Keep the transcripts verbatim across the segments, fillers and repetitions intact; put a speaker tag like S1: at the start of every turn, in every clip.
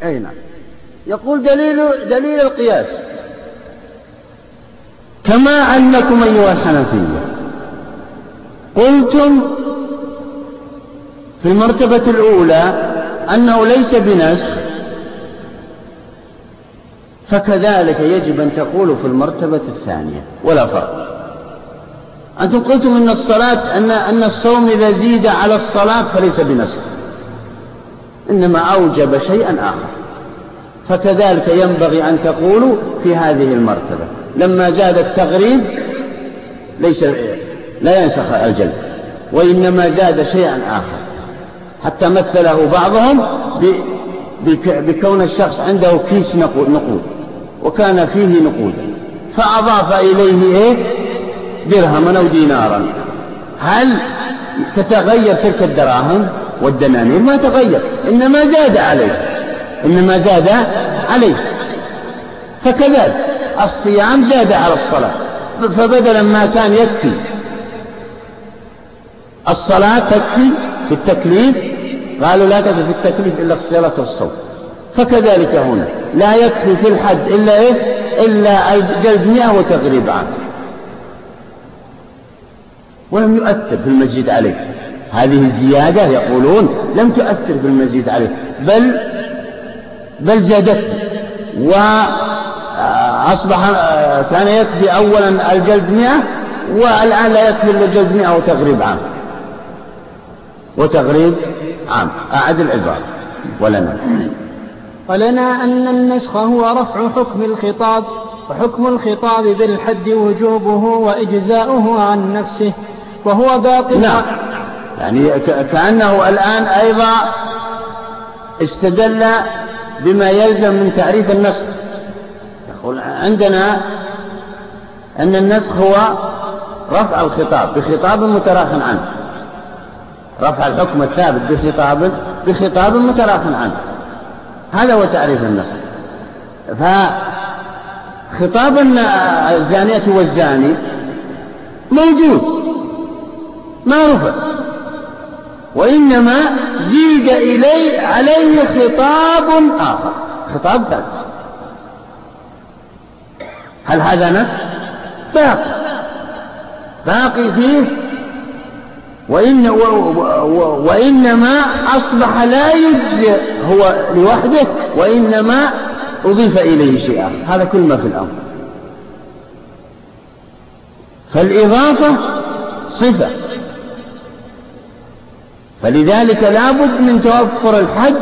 S1: أي نعم. يقول دليل, دليل القياس كما أنكم أيها الحنفية قلتم في المرتبة الأولى أنه ليس بنسخ، فكذلك يجب أن تقولوا في المرتبة الثانية ولا فرق. أنتم قلتم أن الصلاة أن, أن الصوم إذا زيد على الصلاة فليس بنسخ، إنما أوجب شيئا آخر، فكذلك ينبغي أن تقولوا في هذه المرتبة لما زاد التغريب ليس لا ينسخ الجلد، وإنما زاد شيئا آخر، حتى مثله بعضهم بكون الشخص عنده كيس نقود وكان فيه نقودا فأضاف إليه إيه؟ درهما أو دينارا، هل تتغير تلك الدراهم والدنانير؟ ما تغير، إنما زاد عليه إنما زاد عليه فكذلك الصيام زاد على الصلاة، فبدلا ما كان يكفي الصلاة تكفي في التكليف، قالوا لا تكفي في التكليف إلا الصلاة والصوم، فكذلك هنا لا يكفي في الحد إلا إيه؟ إلا جلد مئة وتغريب عام، ولم يؤثر في المزيد عليه. هذه الزيادة يقولون لم تؤثر في المزيد عليه، بل بل زادت، وأصبح كان يكفي أولا الجلد مئة والآن لا يكفي إلا الجلد مئة وتغريب عام وتغريب عام. أعد العبارة ولنا
S2: ولنا أن النسخ هو رفع حكم الخطاب، وحكم الخطاب بالحد وجوبه وإجزاؤه عن نفسه وهو باقي.
S1: نعم، يعني كأنه الآن أيضا استدل بما يلزم من تعريف النسخ. يقول عندنا أن النسخ هو رفع الخطاب بخطاب متراخ عنه، رفع الحكم الثابت بخطاب بخطاب متراخ عنه، هذا هو تعريف النسخ. فخطاب الزانية والزاني موجود ما رفع، وإنما زيد إليه عليه خطاب آخر، خطاب ثالث. هل هذا نسخ؟ باقي باقي فيه، وإن وإنما أصبح لا يجزئ هو لوحده، وإنما أضيف إليه شيئا. هذا كل ما في الأمر. فالإضافة صفة، فلذلك لا بد من توفر الحد،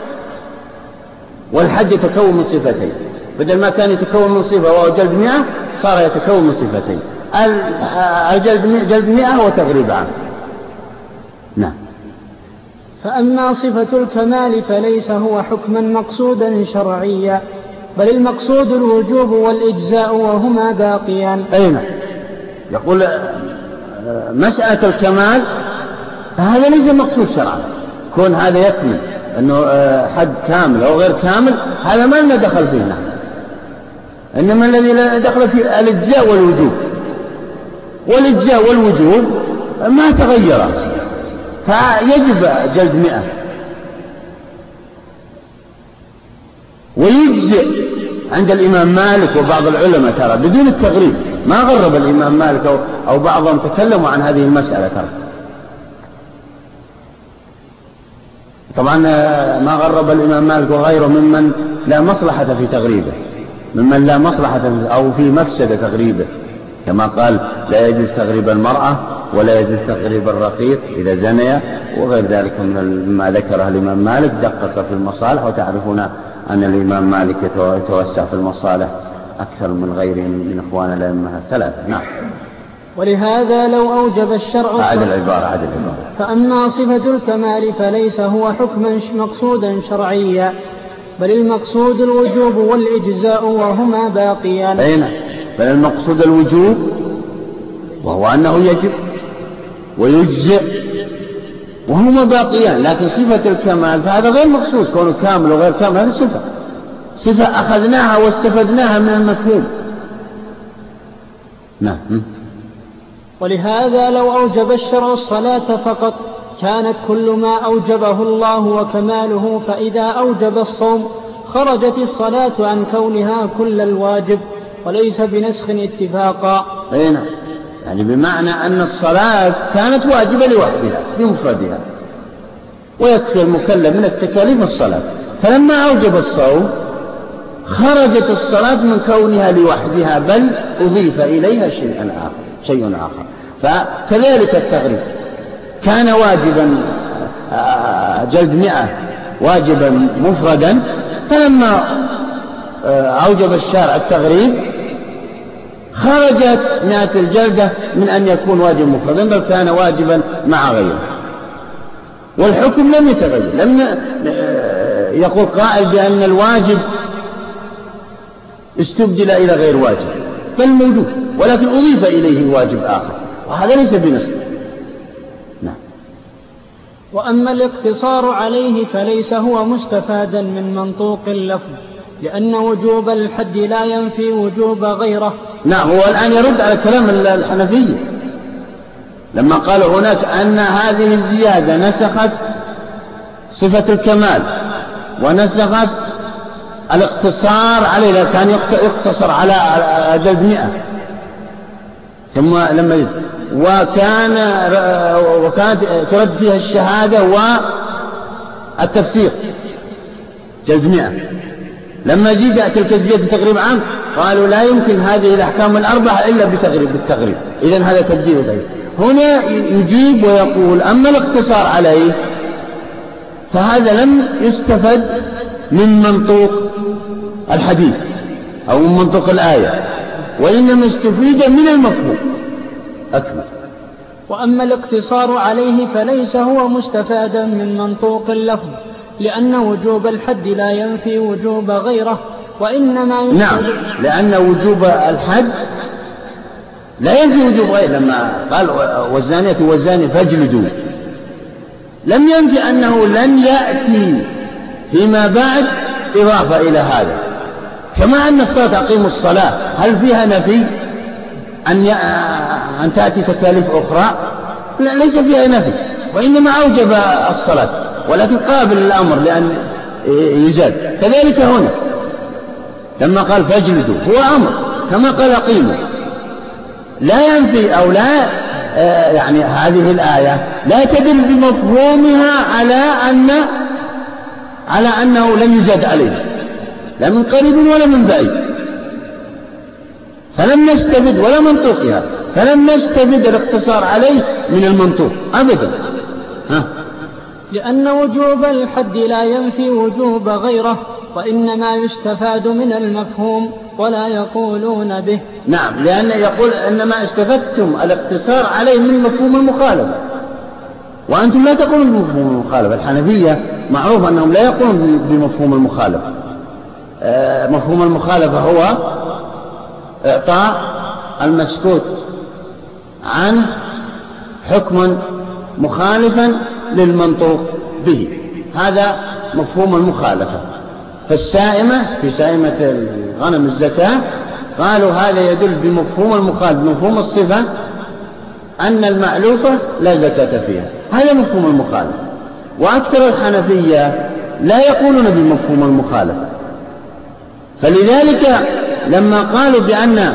S1: والحد يتكون من صفتين، بدل ما كان يتكون من صفة وهو جلد مئة صار يتكون من صفتين، الجلد مئة وتغريب عام. نعم.
S2: فأما صفة الكمال فليس هو حكما مقصودا شرعيا، بل المقصود الوجوب والإجزاء وهما باقيان.
S1: أين يقول مسألة الكمال فهذا ليس مقصود شرعا، كون هذا يكمل أنه حد كامل أو غير كامل هذا ما لنا دخل فيه نحن، إنما الذي لا دخل فيه الإجزاء والوجوب، والإجزاء والوجوب ما تغير، فيجب جلد مئة ويجزئ عند الإمام مالك وبعض العلماء ترى بدون التغريب، ما غرب الإمام مالك أو, أو بعضهم تكلموا عن هذه المسألة ترى. طبعا ما غرب الإمام مالك وغيره ممن لا مصلحة في تغريبه، ممن لا مصلحة أو في مفسدة تغريبه، كما قال لا يجوز تغريب المرأة ولا يجوز تغريب الرقيق إذا زنيا، وغير ذلك مما ذكره الإمام مالك دقق في المصالح، وتعرفون أن الإمام مالك يتوسع في المصالح أكثر من غيره من إخوان الأئمة الثلاثة. نعم.
S2: ولهذا لو أوجب الشرع
S1: أعد العبارة أعد العبارة
S2: فأما صفة الكمال فليس هو حكما مقصودا شرعيا، بل المقصود الوجوب والإجزاء وهما باقيان.
S1: أين؟ بل المقصود الوجوب وهو أنه يجب ويجزئ وهما باقيان، لكن صفة الكمال فهذا غير مقصود، كونه كامل وغير كامل هذا صفة صفة أخذناها واستفدناها من المفهوم. نعم.
S2: ولهذا لو أوجب الشرع الصلاة فقط كانت كل ما أوجبه الله وكماله، فإذا أوجب الصوم خرجت الصلاة عن كونها كل الواجب وليس بنسخ اتفاقا.
S1: أين؟ يعني بمعنى أن الصلاة كانت واجبة لوحدها بمفردها، ويكفي المكلف من التكاليف الصلاة، فلما أوجب الصوم خرجت الصلاة من كونها لوحدها، بل أضيف إليها شيء آخر شيء آخر. فكذلك التغريب كان واجبا جلد مئة واجبا مفردا، فلما أوجب الشارع التغريب خرجت مئة الجلدة من أن يكون واجب مفردا، بل كان واجبا مع غيره، والحكم لم يتغير. لم يقول قائل بأن الواجب استبدل إلى غير واجب، بل موجود ولكن أضيف إليه واجب آخر، وهذا ليس بنص. نعم.
S2: وأما الاقتصار عليه فليس هو مستفادا من منطوق اللفظ، لأن وجوب الحد لا ينفي وجوب غيره.
S1: نعم. هو الآن يرد على كلام الحنفية لما قالوا هناك أن هذه الزيادة نسخت صفة الكمال ونسخت الاقتصار عليه، كان يقتصر على جلد مئة، ثم لما وكان وكانت ترد فيها الشهادة والتفسير جلد مئة، لما زيد تلك الزيادة تقريب عام قالوا لا يمكن هذه الأحكام الأربعة إلا بتغريب بالتغريب، إذن هذا تبديل غير. هنا يجيب ويقول أما الاقتصار عليه فهذا لم يستفد من منطوق الحديث أو من منطوق الآية، وإنما استفيد من المفهوم أكمل.
S2: وأما الاقتصار عليه فليس هو مستفادا من منطوق اللفظ، لأن وجوب الحد لا ينفي وجوب غيره، وإنما
S1: نعم، لأن وجوب الحد لا ينفي وجوب غيره. لما قال والزانية والزاني فاجلدوا لم ينفي أنه لن يأتي فيما بعد إضافة إلى هذا، كما أن الصلاة أقيموا الصلاة هل فيها نفي أن أن تأتي تكاليف أخرى؟ لا، ليس فيها نفي، وإنما أوجب الصلاة ولكن قابل الأمر لأن يزاد. كذلك هنا لما قال فاجلدوا هو أمر كما قال أقيموا، لا ينفي أو لا يعني هذه الآية لا تدل بمفهومها على أن على أنه لم يزاد عليه لا من قريب ولا من بعيد، فلم نستفد ولا منطوقها، فلم نستفد الاقتصار عليه من المنطوق أبدا. ها؟
S2: لأن وجوب الحد لا ينفي وجوب غيره، وإنما يستفاد من المفهوم ولا يقولون به.
S1: نعم، لأن يقول إنما استفدتم الاقتصار عليه من مفهوم المخالفة، وأنتم لا تقولون بمفهوم المخالفة. الحنفية معروف أنهم لا يقولون بمفهوم المخالفة. آه مفهوم المخالفة هو إعطاء المسكوت عنه حكما مخالفا للمنطوق به، هذا مفهوم المخالفة. فالسائمة في سائمة الغنم الزكاة قالوا هذا يدل بمفهوم المخالف، بمفهوم الصفة أن المعلوفة لا زكاة فيها، هذا مفهوم المخالفة. وأكثر الحنفية لا يقولون بمفهوم المخالفة، فلذلك لما قالوا بأن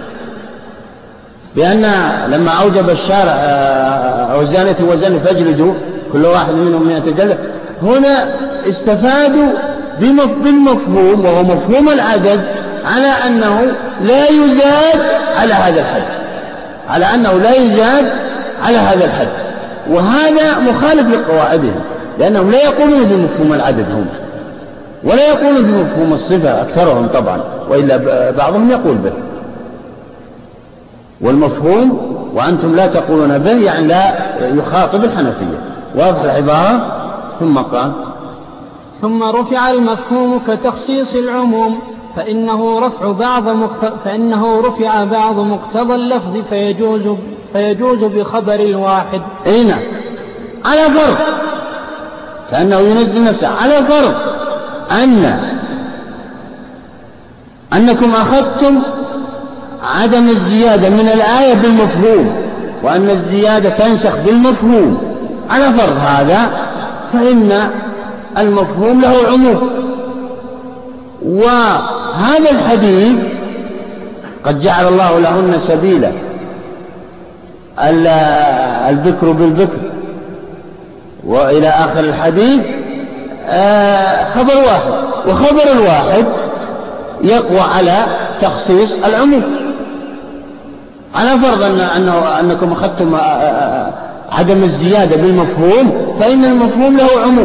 S1: بأن لما أوجب الشارع والزانية والزاني فاجلدوا كل واحد منهم مئة جلدة، هنا استفادوا بالمفهوم وهو مفهوم العدد على أنه لا يزاد على هذا الحد، على أنه لا يزاد على هذا الحد، وهذا مخالف لقواعدهم، لأنهم لا يقولون بمفهوم العدد هم، ولا يقولون بمفهوم الصفة أكثرهم طبعا، وإلا بعضهم يقول به. والمفهوم وأنتم لا تقولون به يعني لا يخاطب الحنفية. واضح العبارة؟ ثم قال
S2: ثم رفع المفهوم كتخصيص العموم، فإنه رفع بعض مقت... فإنه رفع بعض مقتضى اللفظ فيجوز فيجوز بخبر الواحد.
S1: أي نعم، على فرض كأنه ينزل نفسه، على فرض أن أنكم أخذتم عدم الزيادة من الآية بالمفهوم، وأن الزيادة تنسخ بالمفهوم، على فرض هذا فإن المفهوم له عموم وهذا الحديث قد جعل الله لهن سبيلا، البكر بالبكر وإلى آخر الحديث، خبر واحد، وخبر الواحد يقوى على تخصيص العموم. على فرض أن أنه أنكم أخذتم عدم الزيادة بالمفهوم، فإن المفهوم له عموم،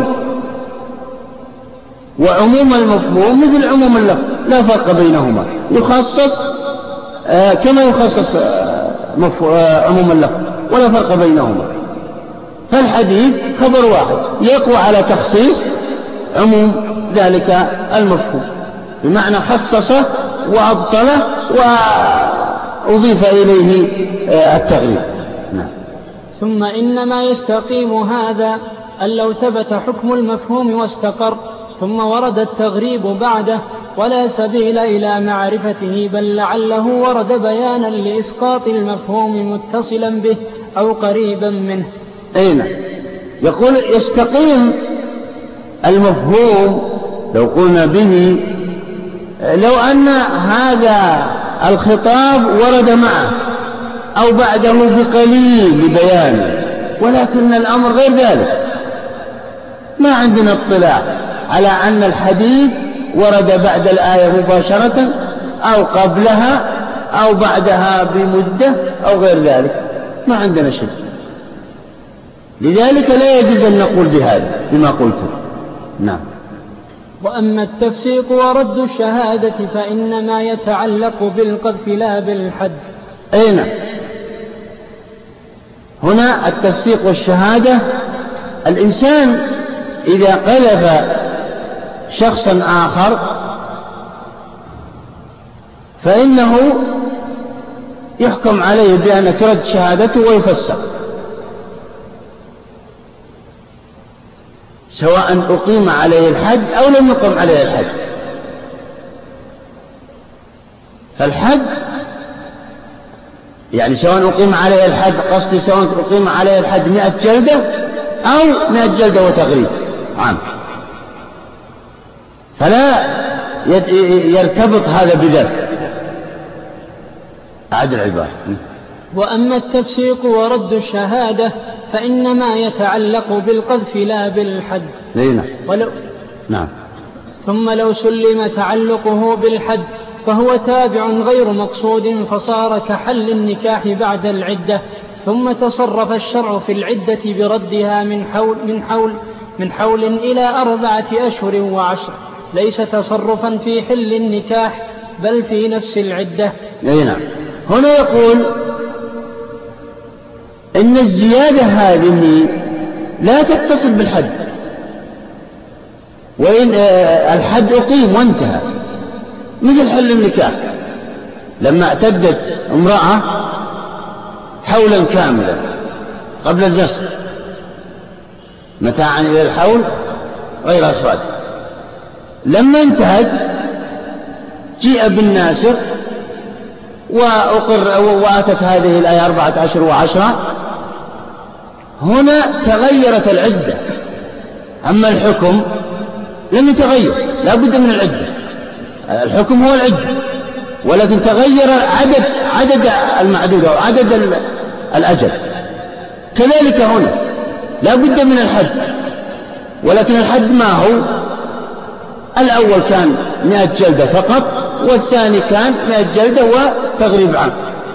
S1: وعموم المفهوم مثل عموم اللفظ لا فرق بينهما، يخصص كما يخصص عموم اللفظ ولا فرق بينهما. فالحديث خبر واحد يقوى على تخصيص عموم ذلك المفهوم، بمعنى خصصه وأبطله وأضيف إليه التغليب. نعم.
S2: ثم إنما يستقيم هذا أن لو ثبت حكم المفهوم واستقر ثم ورد التغريب بعده ولا سبيل إلى معرفته، بل لعله ورد بيانا لإسقاط المفهوم متصلا به أو قريبا منه.
S1: أين يقول يستقيم المفهوم لو قلنا به لو أن هذا الخطاب ورد معه أو بعده بقليل لبيانه، ولكن الأمر غير ذلك، ما عندنا اطلاع على أن الحديث ورد بعد الآية مباشرة أو قبلها أو بعدها بمدة أو غير ذلك، ما عندنا شيء. لذلك لا يجوز أن نقول بهذا بما قلته. نعم.
S2: وأما التفسيق ورد الشهادة فإنما يتعلق بالقذف لا بالحد.
S1: أين هنا التفسيق والشهادة؟ الإنسان إذا قذف شخصا آخر فإنه يحكم عليه بأن ترد شهادته ويفسق، سواء أقيم عليه الحد أو لم يقم عليه الحد. فالحد يعني سواء أقيم عليه الحد، قصدي سواء أقيم عليه الحد مئة جلدة أو مئة جلدة وتغريب عام، فلا يرتبط هذا بذلك. أعد العبارة.
S2: وأما التفسيق ورد الشهادة فإنما يتعلق بالقذف لا بالحد.
S1: نعم.
S2: ولو
S1: نعم.
S2: ثم لو سلم تعلقه بالحد فهو تابع غير مقصود، فصار كحل النكاح بعد العدة، ثم تصرف الشرع في العدة بردها من حول من حول من حول إلى أربعة أشهر وعشر، ليس تصرفا في حل النكاح بل في نفس العدة.
S1: نعم. هنا يقول إن الزيادة هذه لا تتصل بالحد، وإن الحد أقيم وانتهى، مثل حل النكاح لما اعتدت امرأة حولا كاملا قبل النصف متاعا إلى الحول غير أخراج، لما انتهت جيء بالناسخ وأقر وآتت هذه الآية أربعة عشر وعشرة، هنا تغيرت العدة. أما الحكم لم يتغير، لا بد من العدة، الحكم هو العدة، ولكن تغير عدد عدد المعدودة وعدد الأجل. كذلك هنا لا بد من الحد، ولكن الحد ما هو؟ الأول كان مئة جلدة فقط، والثاني كان مئة جلدة وتغريب عام،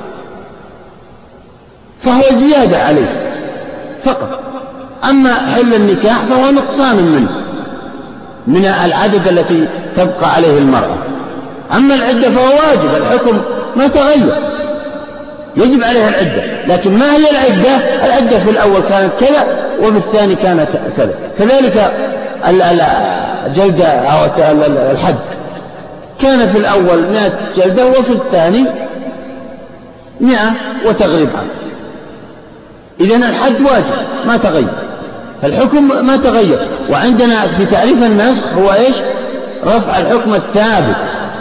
S1: فهو زيادة عليه فقط. أما حل النكاح فهو نقصان منه من العدد التي تبقى عليه المرأة. أما العدة فهو واجب، الحكم ما تغير، يجب عليها العدة، لكن ما هي العدة؟ العدة في الأول كانت كذا وفي الثاني كانت كذا. كذلك الجلدة أو الحد كان في الأول مئة جلدة وفي الثاني مئة وتغريب عام. إذن الحد واجب ما تغير، الحكم ما تغير. وعندنا في تعريف النسخ هو إيش؟ رفع الحكم الثابت.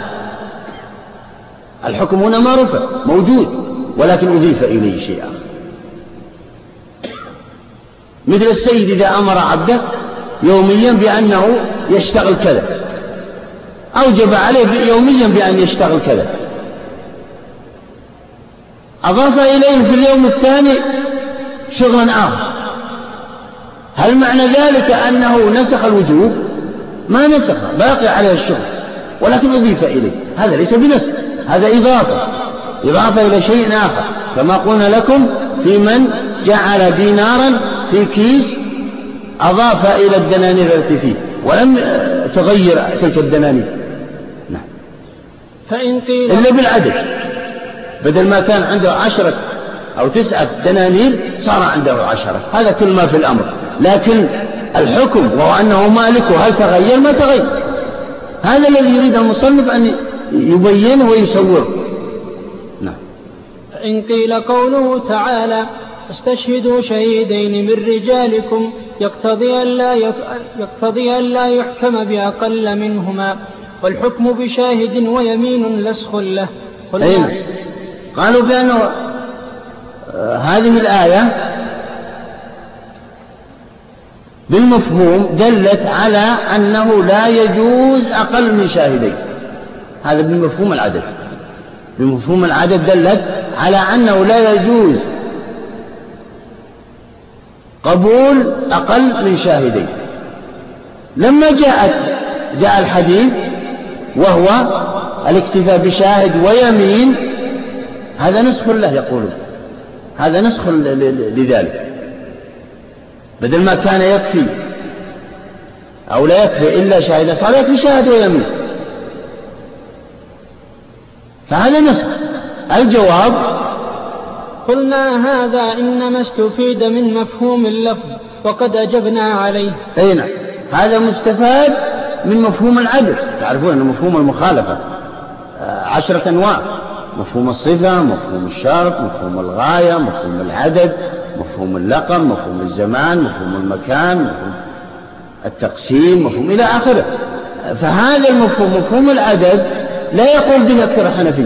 S1: الحكم هنا ما رفع، موجود ولكن أضيف إليه شيئا، مثل السيد إذا أمر عبده يوميا بأنه يشتغل كذا، أوجب عليه يوميا بأن يشتغل كذا، أضاف إليه في اليوم الثاني شغلا آخر، هل معنى ذلك أنه نسخ الوجوب؟ ما نسخ، باقي عليه الشغل ولكن أضيف إليه، هذا ليس بنسخ، هذا إضافة إضافة إلى شيء آخر، كما قلنا لكم في من جعل دينارا في كيس أضاف إلى الدنانير التي فيه ولم تغير تلك الدنانير. نعم.
S2: فإن قيل
S1: إلا بالعدد، بدل ما كان عنده عشرة أو تسعة دنانير صار عنده عشرة، هذا كل ما في الأمر، لكن الحكم وهو أنه مالكه هل تغير؟ ما تغير. هذا الذي يريد المصنف أن يبينه ويصوره. نعم.
S2: فإن قيل قوله تعالى استشهدوا شهيدين من رجالكم يقتضي ألا يقتضي ألا يحكم بأقل منهما، والحكم بشاهد ويمين لسخ له.
S1: قالوا بأن هذه الآية بالمفهوم دلت على أنه لا يجوز أقل من شاهدين، هذا بمفهوم العدد، بمفهوم العدد دلت على أنه لا يجوز قبول أقل من شاهدين. لما جاءت جاء الحديث وهو الاكتفاء بشاهد ويمين، هذا نسخ له، يقولون هذا نسخ لذلك، بدل ما كان يكفي أو لا يكفي إلا شاهد صار يكفي شاهد ويمين، فهذا نسخ. الجواب
S2: قلنا هذا إنما استفيد من مفهوم اللفظ وقد أجبنا عليه.
S1: أين هذا مستفاد من مفهوم العدد، تعرفون أن مفهوم المخالفة عشرة أنواع: مفهوم الصفة، مفهوم الشرط، مفهوم الغاية، مفهوم العدد، مفهوم اللقب، مفهوم الزمان، مفهوم المكان، مفهوم التقسيم، مفهوم إلى آخره. فهذا المفهوم مفهوم العدد لا يقول به أكثر الحنفية،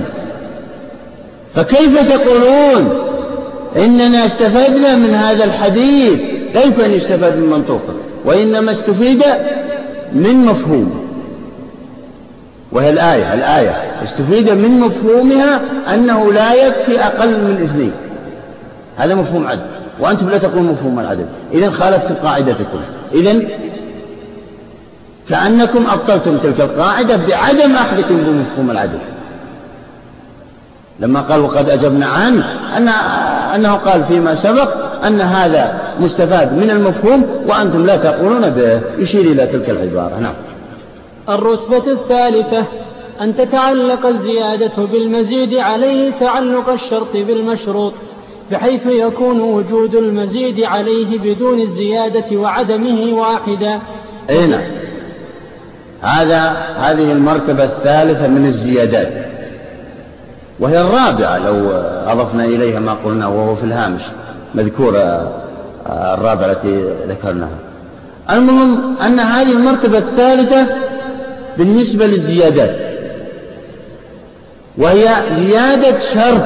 S1: فكيف تقولون إننا استفدنا من هذا الحديث؟ كيف أن يستفاد من منطوقه؟ وإنما استفيد من مفهوم، وهي الآية الآية استفيد من مفهومها أنه لا يكفي أقل من اثنين، هذا مفهوم عدد، وأنتم لا تقولون مفهوم العدد، إذن خالفتم قاعدتكم، إذن كأنكم أبطلتم تلك القاعدة بعدم أخذكم بمفهوم العدد. لما قال وقد أجبنا عنه أن أنه قال فيما سبق أن هذا مستفاد من المفهوم وأنتم لا تقولون به، يشير إلى تلك العبارة. نعم.
S2: الرتبة الثالثة أن تتعلق الزيادة بالمزيد عليه تعلق الشرط بالمشروط، بحيث يكون وجود المزيد عليه بدون الزيادة وعدمه واحدا.
S1: أي نعم. هذا هذه المرتبة الثالثة من الزيادات، وهي الرابعة لو أضفنا إليها ما قلنا وهو في الهامش مذكور الرابعة التي ذكرناها. المهم أن هذه المرتبة الثالثة بالنسبة للزيادات، وهي زيادة شرط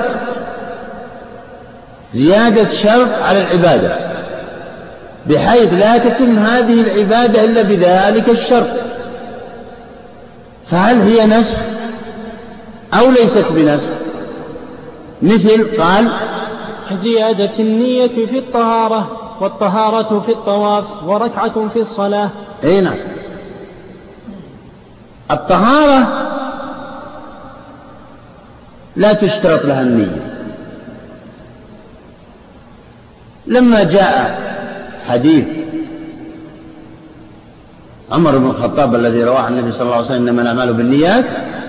S1: زيادة شرط على العبادة، بحيث لا تتم هذه العبادة إلا بذلك الشرط. فهل هي نسخ أو ليست بنسخ؟ مثل قال
S2: زيادة النية في الطهارة، والطهارة في الطواف، وركعة في الصلاة.
S1: أي نعم. الطهارة لا تشترط لها النية. لما جاء حديث عمر بن الخطاب الذي رواه عن النبي صلى الله عليه وسلم إنما الأعمال بالنيات،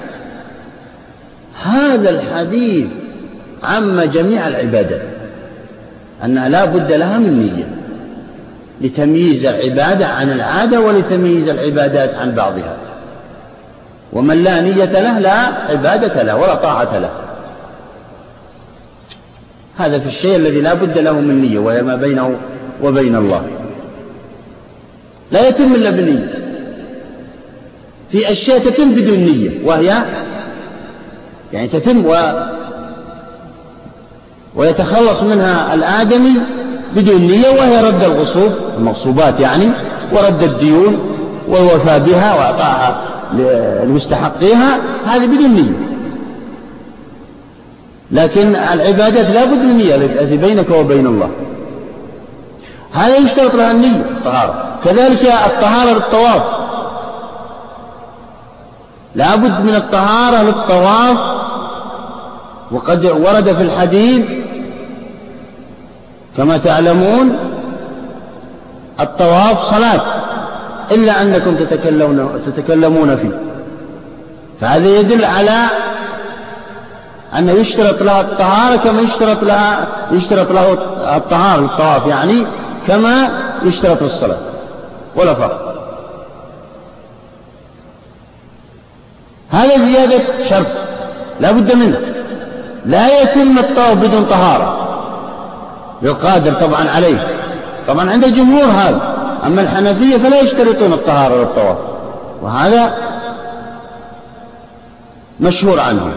S1: هذا الحديث عم جميع العبادات أنها لا بد لها من نية لتمييز العبادة عن العادة ولتمييز العبادات عن بعضها، ومن لا نية له لا عبادة له ولا طاعة له. هذا في الشيء الذي لا بد له من نية وهي ما بينه وبين الله، لا يتم إلا بنية. في أشياء تتم بدون نية، وهي يعني تتم و... ويتخلص منها الآدمي بدون نية، وهي رد الغصوب المغصوبات يعني، ورد الديون والوفاء بها وإعطاءها لمستحقيها هذه بدون نية. لكن العبادات لا بد من نية التي بينك وبين الله، هذا يشترط لها النية الطهارة. كذلك الطهارة للطواف، لا بد من الطهارة للطواف، وقد ورد في الحديث كما تعلمون الطواف صلاة إلا أنكم تتكلمون, تتكلمون فيه، فهذا يدل على أن يشترط لها الطهارة كما يشترط لها يشترط له الطهارة للطواف، يعني كما يشترط الصلاة، ولا فرق. هذا زيادة شرط لا بد منه، لا يتم الطواف بدون طهارة للقادر طبعا عليه، طبعا عند الجمهور هذا. أما الحنفية فلا يشترطون الطهارة للطواف، وهذا مشهور عنه.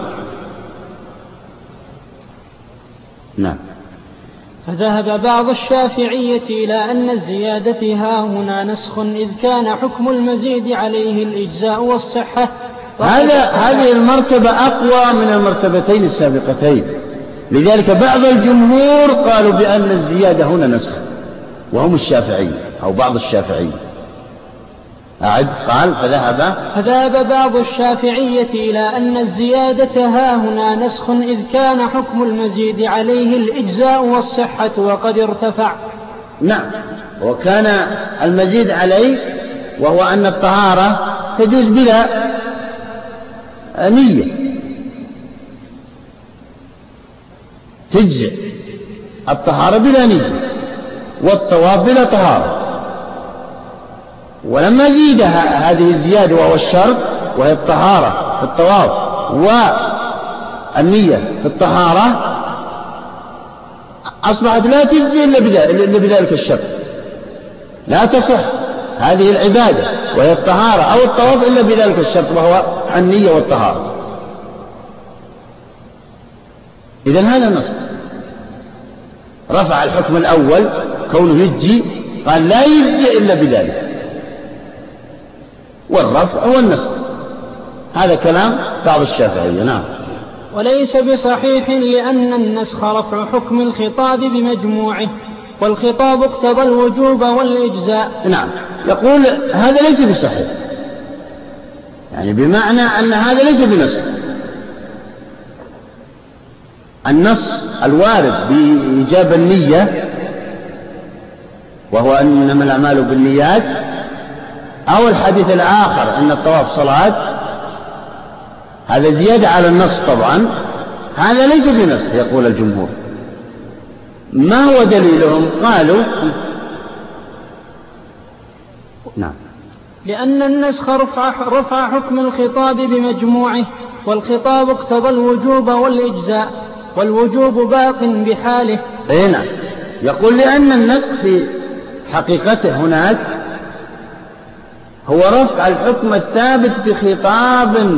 S1: نعم.
S2: فذهب بعض الشافعية إلى أن الزيادة ها هنا نسخ، إذ كان حكم المزيد عليه الإجزاء والصحة.
S1: هذا هذه المرتبة أقوى من المرتبتين السابقتين، لذلك بعض الجمهور قالوا بأن الزيادة هنا نسخ، وهم الشافعية أو بعض الشافعية. أعد قال فذهب
S2: فذهب بعض الشافعية إلى أن الزيادة ها هنا نسخ، إذ كان حكم المزيد عليه الإجزاء والصحة وقد ارتفع.
S1: نعم، وكان المزيد عليه وهو أن الطهارة تجوز بلا نية، تجزئ الطهارة بلا نية والطواف بلا طهارة. ولما زيد هذه الزيادة وهو الشرط وهي الطهارة في الطواف والنية في الطهارة، أصبحت لا تجزي إلا بذلك الشرط، لا تصح هذه العبادة وهي الطهارة أو الطواف إلا بذلك الشرط وهو النية والطهارة. إذن هذا النص رفع الحكم الأول كونه يجزي، قال لا يجزي إلا بذلك، والرفع هو النسخ. هذا كلام بعض الشافعية. نعم.
S2: وليس بصحيح لأن النسخ رفع حكم الخطاب بمجموعه، والخطاب اقتضى الوجوب والإجزاء.
S1: نعم، يقول هذا ليس بصحيح، يعني بمعنى أن هذا ليس بنسخ. النص الوارد بإيجاب النية وهو إنما الأعمال بالنيات، أو الحديث الآخر أن الطواف صلاة، هذا زيادة على النص طبعا، هذا ليس بنسخ يقول الجمهور. ما هو دليلهم؟ قالوا نعم،
S2: لأن النسخ رفع, رفع حكم الخطاب بمجموعه، والخطاب اقتضى الوجوب والإجزاء، والوجوب باق بحاله.
S1: أي نعم، يقول لأن النسخ في حقيقته هناك هو رفع الحكم الثابت بخطاب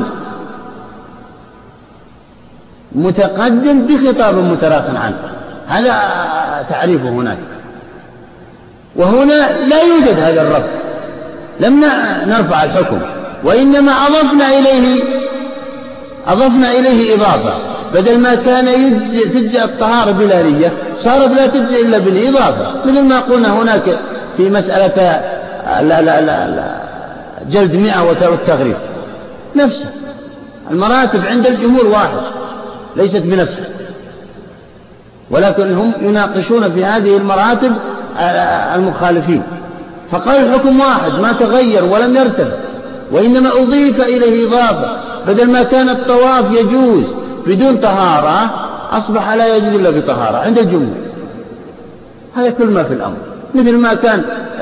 S1: متقدم بخطاب متراخٍ عنه، هذا تعريفه هناك. وهنا لا يوجد هذا الرفع، لم نرفع الحكم، وإنما أضفنا إليه أضفنا إليه إضافة، بدل ما كان يجزئ تجزئ الطهارة بلا نية صارت لا تجزئ إلا بالإضافة، مثل ما قلنا هناك في مسألة لا لا لا لا جلد مئة والتغريب، نفسه المراتب عند الجمهور واحد ليست بنسخ، ولكن هم يناقشون في هذه المراتب المخالفين، فقال الحكم واحد ما تغير ولم يرتفع، وإنما أضيف إليه إضافة، بدل ما كان الطواف يجوز بدون طهارة أصبح لا يجوز إلا بطهارة عند الجمهور. هذا كل ما في الأمر، مثل ما كان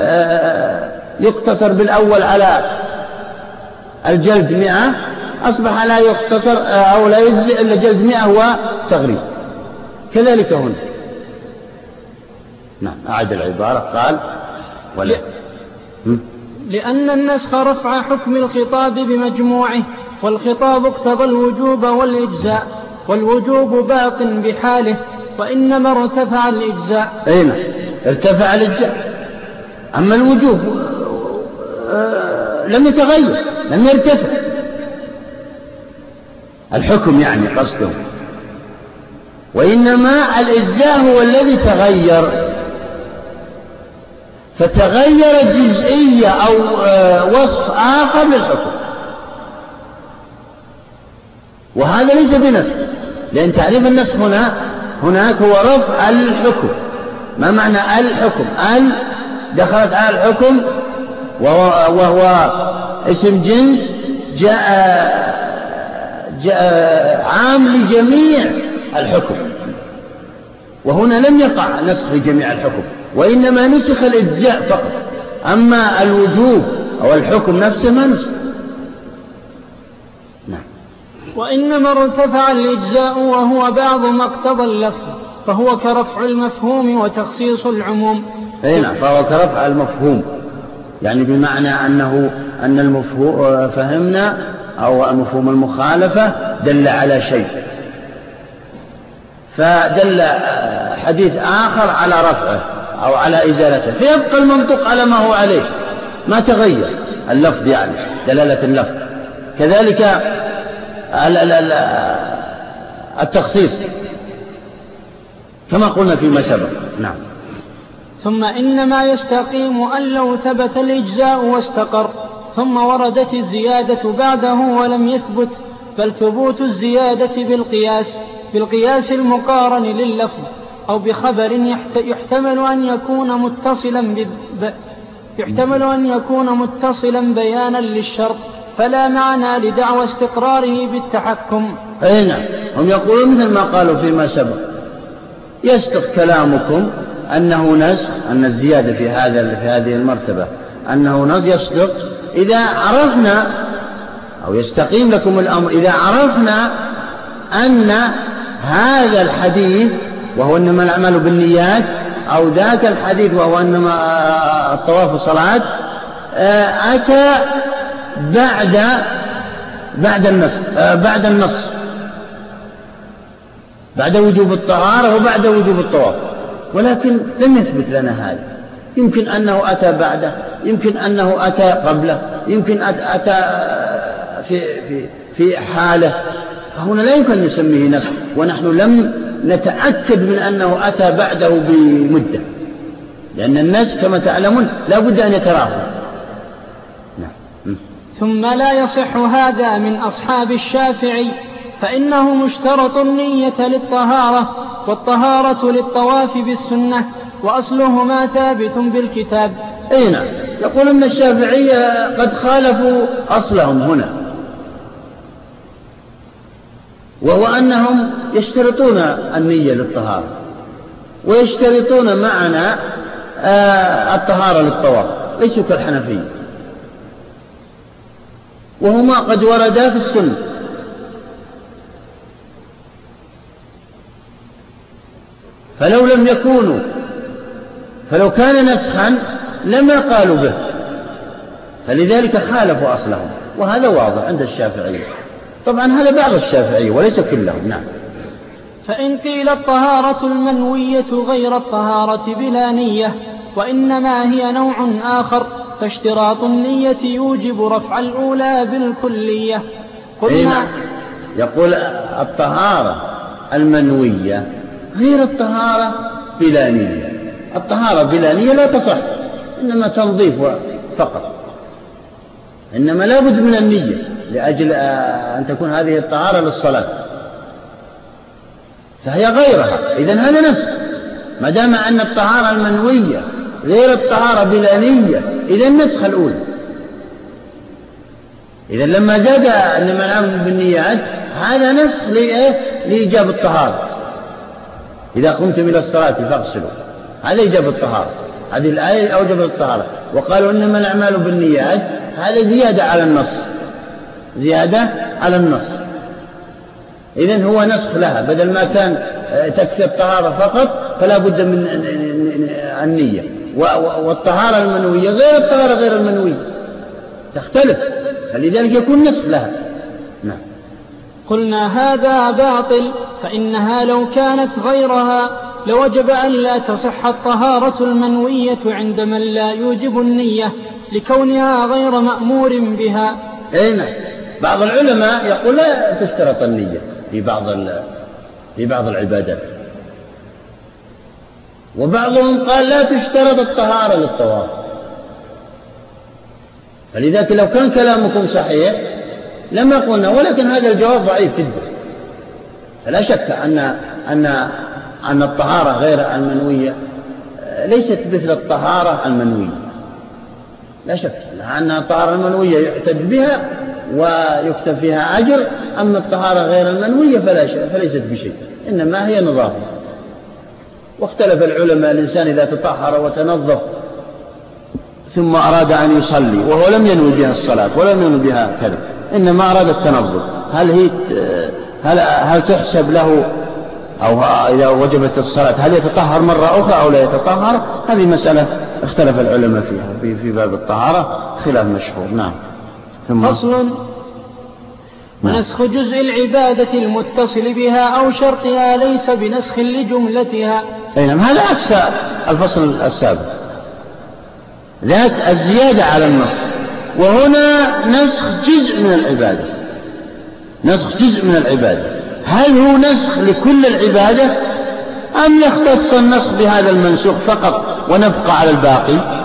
S1: يقتصر بالأول على الجلد مئة أصبح لا يقتصر أو لا يجزئ إلا جلد مئة وتغريب، كذلك هنا. نعم، أعد العبارة قال ولا
S2: لأن النسخ رفع حكم الخطاب بمجموعه، والخطاب اقتضى الوجوب والإجزاء، والوجوب باق بحاله، وإنما ارتفع الإجزاء.
S1: أين ارتفع الإجزاء، أما الوجوب لم يتغير، لم يرتفع. الحكم يعني قصده، وإنما الإجزاء هو الذي تغير، فتغير جزئية أو وصف آخر للحكم، وهذا ليس بنسخ، لأن تعريف النسخ هنا هناك هو رفع الحكم. ما معنى الحكم؟ ال دخلت على الحكم وهو, وهو اسم جنس جاء, جاء عام لجميع الحكم، وهنا لم يقع نسخ لجميع الحكم، وإنما نسخ الإجزاء فقط، أما الوجوب أو الحكم نفسه ما نسخ. نعم.
S2: وإنما ارتفع الإجزاء وهو بعض ما اقتضى اللفظ، فهو كرفع المفهوم وتخصيص العموم.
S1: أي نعم، فهو كرفع المفهوم، يعني بمعنى أنه أن المفهوم فهمنا أو مفهوم المخالفة دل على شيء، فدل حديث آخر على رفعه أو على إزالته، فيبقى المنطق على ما هو عليه، ما تغير اللفظ، يعني دلالة اللفظ. كذلك التخصيص كما قلنا فيما سبق. نعم.
S2: ثم إنما يستقيم أن لو ثبت الإجزاء واستقر ثم وردت الزيادة بعده ولم يثبت، بل ثبوت الزيادة بالقياس بالقياس المقارن لللفظ، أو بخبر يحتمل أن يكون متصلا ب... يحتمل أن يكون متصلا بيانا للشرط، فلا معنى لدعوى استقراره بالتحكم.
S1: أي نعم، هم يقولون مثل ما قالوا فيما سبق، يصدق كلامكم أنه نسخ، أن الزيادة في هذا في هذه المرتبة أنه نسخ، يصدق إذا عرفنا، أو يستقيم لكم الأمر إذا عرفنا أن هذا الحديث وهو إنما الأعمال بالنيات، أو ذاك الحديث وهو إنما الطواف صلاة، أتى بعد بعد النص بعد النص بعد وجوب الطهارة وبعد وجوب الطواف، ولكن لم يثبت لنا هذا. يمكن أنه أتى بعده، يمكن أنه أتى قبله، يمكن أتى في في في حاله، فهنا لا يمكن أن نسميه نسخ، ونحن لم نتأكد من أنه أتى بعده بمدة، لأن النسخ كما تعلمون لا بد أن يتراخى. نعم.
S2: ثم لا يصح هذا من أصحاب الشافعي، فإنه مشترط النية للطهارة، والطهارة للطواف بالسنة، وأصلهما ثابت بالكتاب.
S1: أي نعم، يقول أن الشافعية قد خالفوا أصلهم هنا، وهو أنهم يشترطون النية للطهارة ويشترطون معنا الطهارة للطواف، ليسوا كالحنفية، وهما قد وردا في السنة. فلو لم يكونوا فلو كان نسخا لما قالوا به، فلذلك خالفوا أصلهم، وهذا واضح عند الشافعية. طبعا هذا بعض الشافعية وليس كلهم. نعم.
S2: فإن قيل الطهارة المنوية غير الطهارة بلا نية، وإنما هي نوع آخر، فاشتراط النية يوجب رفع الأولى بالكلية.
S1: قلنا يقول الطهارة المنوية غير الطهارة بلا نية. الطهارة بلا نية لا تصح، إنما تنظيف فقط، إنما لا بد من النية لأجل أن تكون هذه الطهارة للصلاة، فهي غيرها. إذن هذا نسخ، ما دام أن الطهارة المنوية غير الطهارة بلا نية، إذن نسخ الأولى. إذن لما زاد إنما الأمر بالنيات هذا نسخ لإيجاب الطهارة. إذا قمتم إلى الصلاة فاغسلوا، هذا إيجاب الطهارة، هذه الآية أوجبت الطهارة. وقالوا إنما الأعمال بالنيات، هذا زيادة على النص، زيادة على النص. إذن هو نسخ لها، بدل ما كان تكفي الطهارة فقط فلا بد من النية. والطهارة المنوية غير الطهارة غير المنوية، تختلف، فلذلك يكون نسخ لها. نعم.
S2: قلنا هذا باطل، فإنها لو كانت غيرها لوجب أن لا تصح الطهارة المنوية عند من لا يوجب النية، لكونها غير مأمور بها.
S1: أين بعض العلماء يقول لا تشترط النية في بعض في بعض العبادات، وبعضهم قال لا تشترط الطهارة للطواف. فلذلك لو كان كلامكم صحيح لما قلنا، ولكن هذا الجواب ضعيف جدا. فلا شك أن أن أن الطهارة غير المنوية ليست مثل الطهارة المنوية، لا شك أن الطهارة المنوية يعتد بها ويكتب فيها أجر، أما الطهارة غير المنوية فلا شيء فليست بشيء، إنما هي نظافة. واختلف العلماء، الإنسان إذا تطهر وتنظف ثم أراد أن يصلي وهو لم ينوي بها الصلاة ولم ينوي بها كذا، إنما أراد التنظف، هل هي هل هل تحسب له، أو إذا وجبت الصلاة هل يتطهر مرة أخرى أو لا يتطهر؟ هذه مسألة اختلف العلماء فيها في باب الطهارة خلاف مشهور. نعم. ثم
S2: فصل: ونسخ جزء العبادة المتصل بها أو شرطها ليس بنسخ لجملتها.
S1: أي نعم، هذا عكس الفصل السابق، ذات الزيادة على النص، وهنا نسخ جزء من العبادة، نسخ جزء من العبادة. هل هو نسخ لكل العبادة أم يختص النسخ بهذا المنسوخ فقط ونبقى على الباقي؟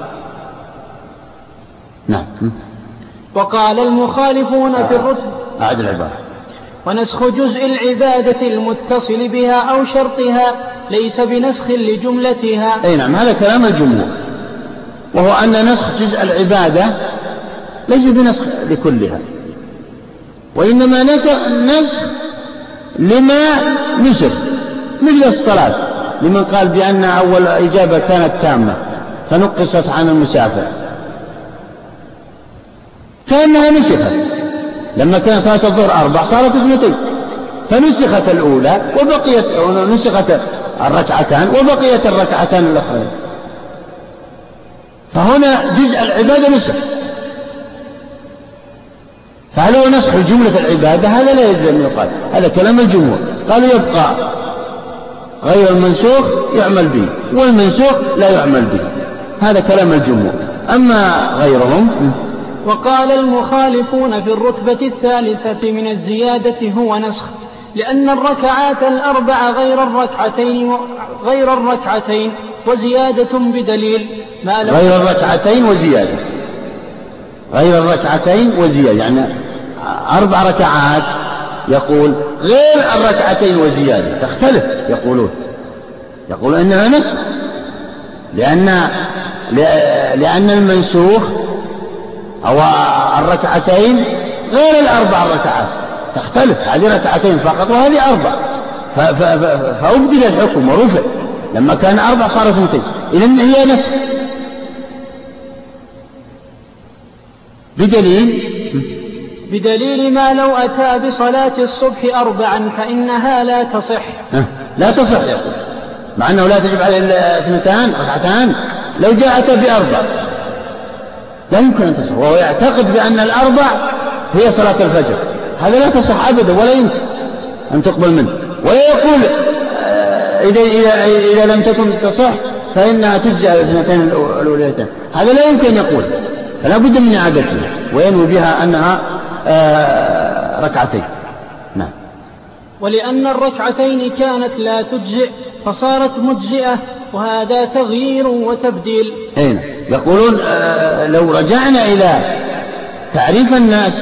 S1: نعم.
S2: وقال المخالفون في الرتب
S1: أعد العبارة:
S2: ونسخ جزء العبادة المتصل بها أو شرطها ليس بنسخ لجملتها.
S1: أي نعم، هذا كلام الجمهور، وهو أن نسخ جزء العبادة ليس بنسخ لكلها، وإنما نسخ, نسخ لما نسخ، مثل الصلاة لمن قال بأن أول إجابة كانت تامة فنقصت عن المسافر، كأنها نسخت، لما كان صلاة الظهر أربع صارت اثنتين، فنسخت الأولى وبقيت نسخت الركعتان وبقيت الركعتان الأخرين، فهنا جزء العبادة نسخ. فهل هو نسخ جملة العبادة؟ هذا لا يلزم يقال، هذا كلام الجمهور، قالوا يبقى غير المنسوخ يعمل به والمنسوخ لا يعمل به، هذا كلام الجمهور. أما غيرهم،
S2: وقال المخالفون في الرتبة الثالثة من الزيادة هو نسخ، لأن الركعات الأربع غير الركعتين غير الركعتين وزيادة بدليل ما لو
S1: غير الركعتين وزيادة غير الركعتين وزيادة يعني أربع ركعات، يقول غير الركعتين وزيادة، تختلف، يقولون يقول إنها نسخ، لأن لأن المنسوخ أو الركعتين غير الأربع ركعات، تختلف، هذه ركعتين فقط وهذه أربع، فأبدل الحكم ورفع، لما كان أربع صار اثنتين، إذن هي نسخ بدليل
S2: بدليل ما لو أتى بصلاة الصبح أربعا فإنها لا تصح.
S1: لا تصح، يقول مع أنه لا تجب عليه اثنتان ركعتان، لو جاءت بأربع لا يمكن أن تصح، وهو يعتقد بأن الأربع هي صلاة الفجر، هذا لا تصح أبدا ولا يمكن أن تقبل منه، ولا يقول إذا, إذا, إذا لم تكن تصح فإنها تجزئ الاثنتين الأوليتين، هذا لا يمكن أن يقول، فلا بد من إعادتها وينوي بها أنها ركعتين. نعم.
S2: ولأن الركعتين كانت لا تجزئ فصارت مجزئة، وهذا تغيير وتبديل.
S1: أين يقولون آه لو رجعنا إلى تعريف الناس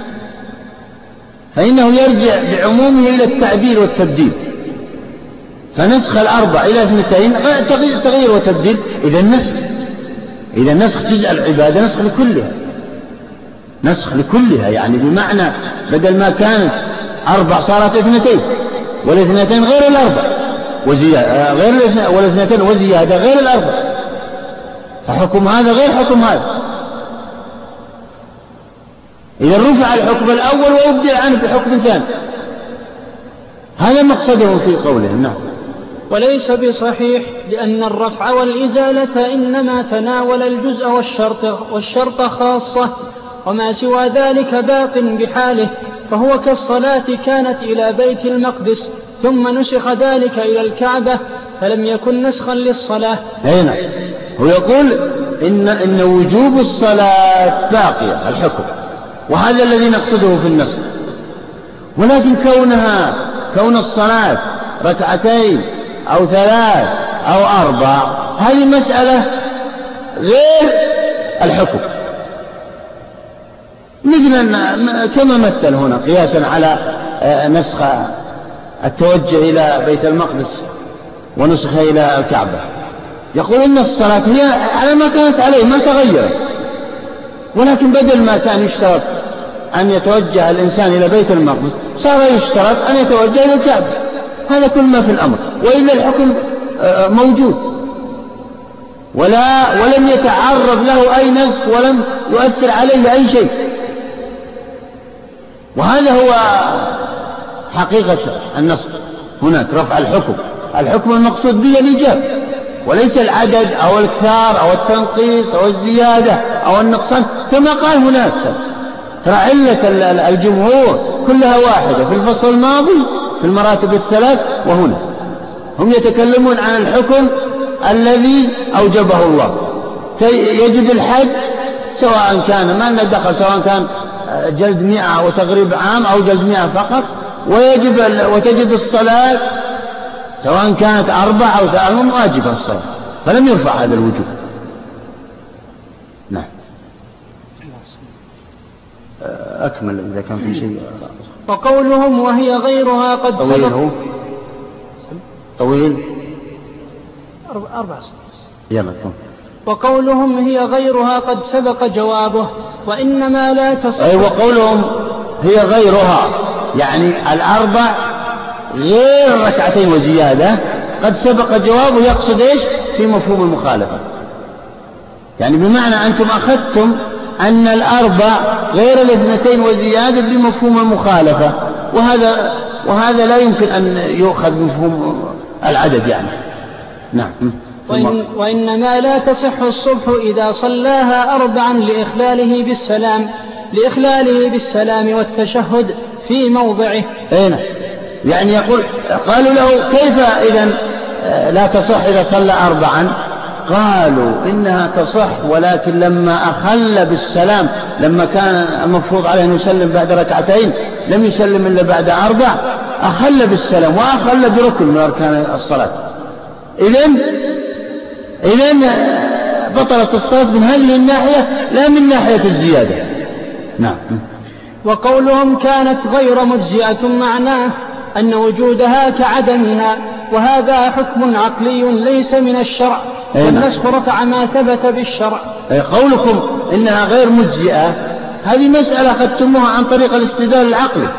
S1: فإنه يرجع بعمومه إلى التعديل والتبديل، فنسخ الأربع إلى اثنتين تغيير وتبديل، إذا النسخ إذا نسخ جزء العبادة نسخ لكلها، نسخ لكلها، يعني بمعنى بدل ما كانت أربع صارت اثنتين، والاثنتين غير الأربع وزيادة غير والاثنتين وزيادة غير الأربع، فحكم هذا غير حكم هذا، إذا رفع الحكم الأول وأبدل عنه بحكم ثاني، هذا مقصده في قولهم. نعم.
S2: وليس بصحيح، لأن الرفع والإزالة إنما تناول الجزء والشرط, والشرط خاصة، وما سوى ذلك باق بحاله، فهو كالصلاة كانت إلى بيت المقدس ثم نسخ ذلك إلى الكعبة فلم يكن نسخا للصلاة.
S1: هنا هو يقول إن, إن وجوب الصلاة باقية الحكم، وهذا الذي نقصده في النسخ. ولكن كونها كون الصلاة ركعتين أو ثلاث أو أربع هذه مسألة غير الحكم، مثل كما مثل هنا قياسا على نسخ التوجه إلى بيت المقدس ونسخ إلى الكعبة، يقول إن الصلاة هي على ما كانت عليه ما تغيرت، ولكن بدل ما كان يشترط أن يتوجه الإنسان إلى بيت المقدس صار يشترط أن يتوجه إلى الكعبة. هذا كل ما في الأمر، وإلا الحكم موجود ولا ولم يتعرض له أي نسخ ولم يؤثر عليه أي شيء. وهذا هو حقيقة النسخ، هناك رفع الحكم، الحكم المقصود به الإيجاب وليس العدد أو الكثار أو التنقيص أو الزيادة أو النقصان كما قال هناك. ترى علة الجمهور كلها واحدة في الفصل الماضي في المراتب الثلاث، وهنا هم يتكلمون عن الحكم الذي أوجبه الله. يجب الحج سواء كان ما لنا دخل سواء كان جلد مئة وتغريب عام أو جلد مئة فقط، ويجب وتجب الصلاة سواء كانت أربع أو ثلاث واجبة الصلاة، فلم يرفع هذا الوجوب. نعم أكمل إذا كان في شيء.
S2: وقولهم وهي غيرها قد
S1: طويل
S2: سبق
S1: هو طويل
S2: أربع سنين.
S1: يلا كم.
S2: وقولهم هي غيرها قد سبق جوابه وإنما لا تصح.
S1: أي وقولهم هي غيرها يعني الأربع غير ركعتين وزيادة قد سبق جوابه، يقصد إيش في مفهوم المخالفة، يعني بمعنى أنتم أخذتم أن الأربع غير الاثنتين وزيادة بمفهوم المخالفة، وهذا وهذا لا يمكن أن يؤخذ بمفهوم العدد يعني. نعم.
S2: وإن وإنما لا تصح الصبح إذا صلاها أربعا لإخلاله بالسلام لإخلاله بالسلام والتشهد في موضعه.
S1: أين يعني يقول قالوا له كيف إذن لا تصح إذا صلى أربعا؟ قالوا إنها تصح، ولكن لما أخل بالسلام لما كان المفروض عليه أن يسلم بعد ركعتين لم يسلم إلا بعد أربع، أخل بالسلام وأخل بركن من أركان الصلاة. إذن إذن بطلت الصلاة من هذه الناحية لا من ناحية الزيادة. نعم.
S2: وقولهم كانت غير مجزئة معناه أن وجودها كعدمها، وهذا حكم عقلي ليس من الشرع، والنسخ رفع ما ثبت بالشرع.
S1: قولكم إنها غير مجزئة هذه مسألة أخذتموها عن طريق الاستدلال العقلي،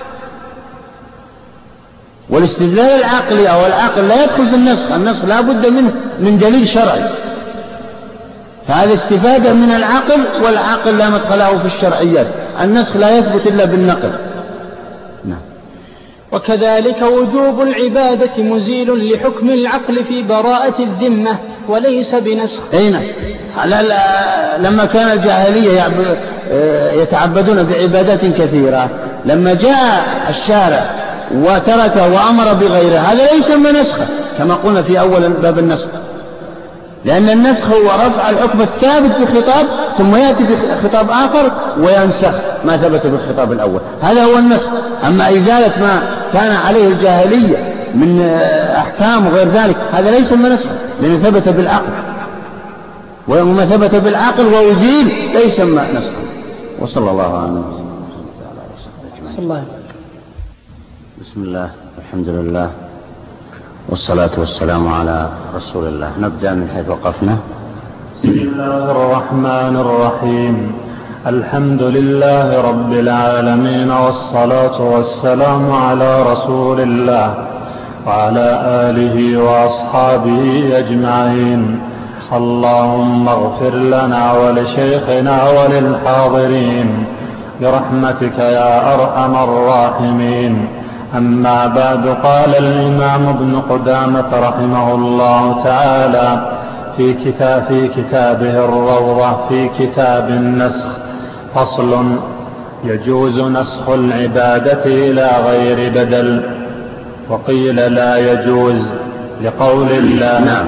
S1: والاستدلال العقلي أو العقل لا يدخل في النسخ، النسخ لا بد منه من دليل شرعي، فهذا استفادة من العقل، والعقل لا مدخله في الشرعيات، النسخ لا يثبت إلا بالنقل. نعم.
S2: وكذلك وجوب العبادة مزيل لحكم العقل في براءة الذمة وليس بنسخ.
S1: أين لما كان الجاهلية يتعبدون بعبادات كثيرة، لما جاء الشارع وترك وأمر بغيره هذا ليس نسخا كما قلنا في أول باب النسخ، لأن النسخ هو رفع الحكم الثابت بخطاب ثم يأتي بخطاب آخر وينسخ ما ثبت بالخطاب الأول، هذا هو النسخ. أما إزالة ما كان عليه الجاهلية من أحكام وغير ذلك هذا ليس نسخا، لأنه ثبت بالعقل، وما ثبت بالعقل وأزيل ليس نسخا. وصلى الله على نبينا محمد. بسم الله الحمد لله والصلاة والسلام على رسول الله. نبدأ من حيث وقفنا.
S3: بسم الله الرحمن الرحيم. الحمد لله رب العالمين، والصلاة والسلام على رسول الله وعلى آله وأصحابه أجمعين. اللهم اغفر لنا ولشيخنا وللحاضرين برحمتك يا أرحم الراحمين. أما بعد، قال الإمام ابن قدامة رحمه الله تعالى في كتاب في كتابه الروضة في كتاب النسخ: فصل: يجوز نسخ العبادة إلى غير بدل. وقيل لا يجوز لقول الله.
S1: نعم.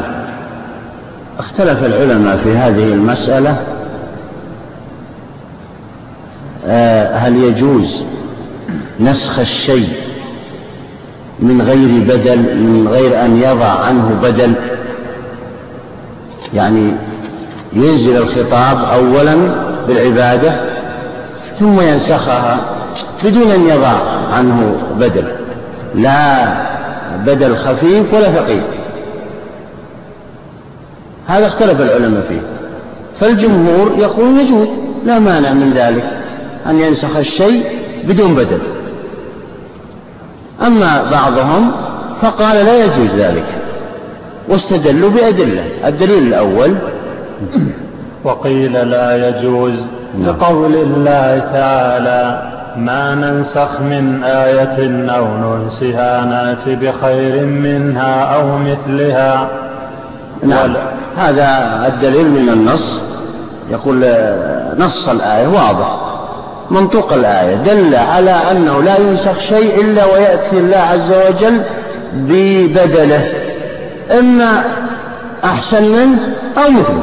S1: اختلف العلماء في هذه المسألة هل يجوز نسخ الشيء من غير بدل، من غير أن يضع عنه بدل؟ يعني ينزل الخطاب أولا بالعبادة ثم ينسخها بدون أن يضع عنه بدل، لا بدل خفيف ولا ثقيل. هذا اختلف العلماء فيه، فالجمهور يقول يجوز، لا مانع من ذلك أن ينسخ الشيء بدون بدل. أما بعضهم فقال لا يجوز ذلك، واستدلوا بأدلة. الدليل الأول
S3: وقيل لا يجوز لقول الله تعالى ما ننسخ من آية أو ننسها نأت بخير منها أو مثلها.
S1: نعم، هذا الدليل من النص، يقول نص الآية واضح، منطوق الآية دل على أنه لا ينسخ شيء إلا ويأتي الله عز وجل ببدله، إما أحسن منه أو مثله.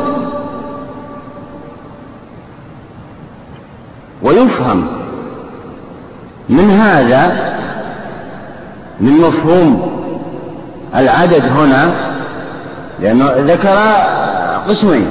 S1: ويفهم من هذا، من مفهوم العدد هنا، لأنه ذكر قسمين،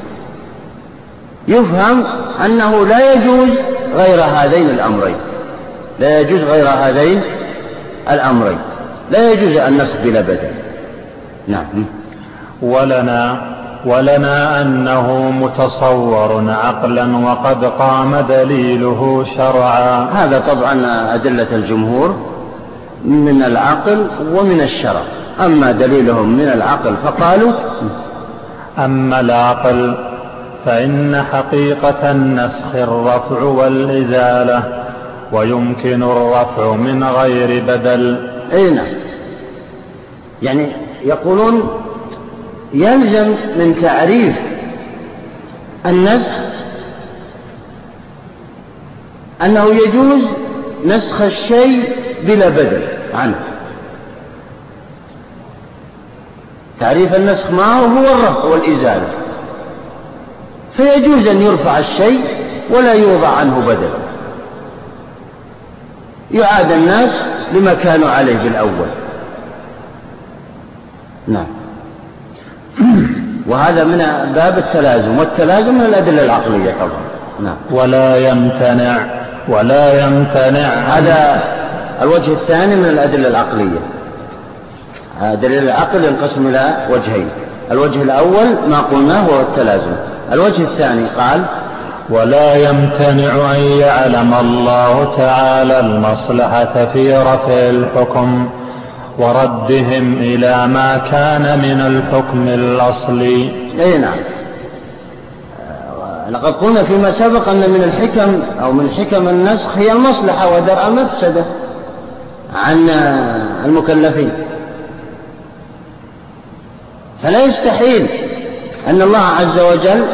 S1: يفهم أنه لا يجوز غير هذين الأمرين، لا يجوز غير هذين الأمرين، لا يجوز النسخ بلا بدل. نعم.
S3: ولنا ولنا أنه متصور عقلا وقد قام دليله شرعا.
S1: هذا طبعا أدلة الجمهور من العقل ومن الشرع. أما دليلهم من العقل فقالوا
S3: أما العقل فإن حقيقة النسخ الرفع والإزالة، ويمكن الرفع من غير بدل.
S1: أي نعم، يعني يقولون يلزم من تعريف النسخ أنه يجوز نسخ الشيء بلا بدل عنه. تعريف النسخ ما هو هو الرفع والإزالة، فيجوز أن يرفع الشيء ولا يوضع عنه بدل، يعاد الناس لما كانوا عليه بالأول. نعم. وهذا من باب التلازم، والتلازم من الأدلة العقلية طبعا. نعم.
S3: ولا يمتنع ولا يمتنع
S1: هذا الوجه الثاني من الأدلة العقلية. دليل العقل ينقسم إلى وجهين، الوجه الأول ما قلناه هو التلازم، الوجه الثاني قال
S3: ولا يمتنع أن يعلم الله تعالى المصلحة في رفع الحكم وردهم إلى ما كان من الحكم الأصلي.
S1: أي نعم. لقد قلنا فيما سبق أن من الحكم أو من حكم النسخ هي المصلحة ودرء مفسدة عن المكلفين، فلا يستحيل أن الله عز وجل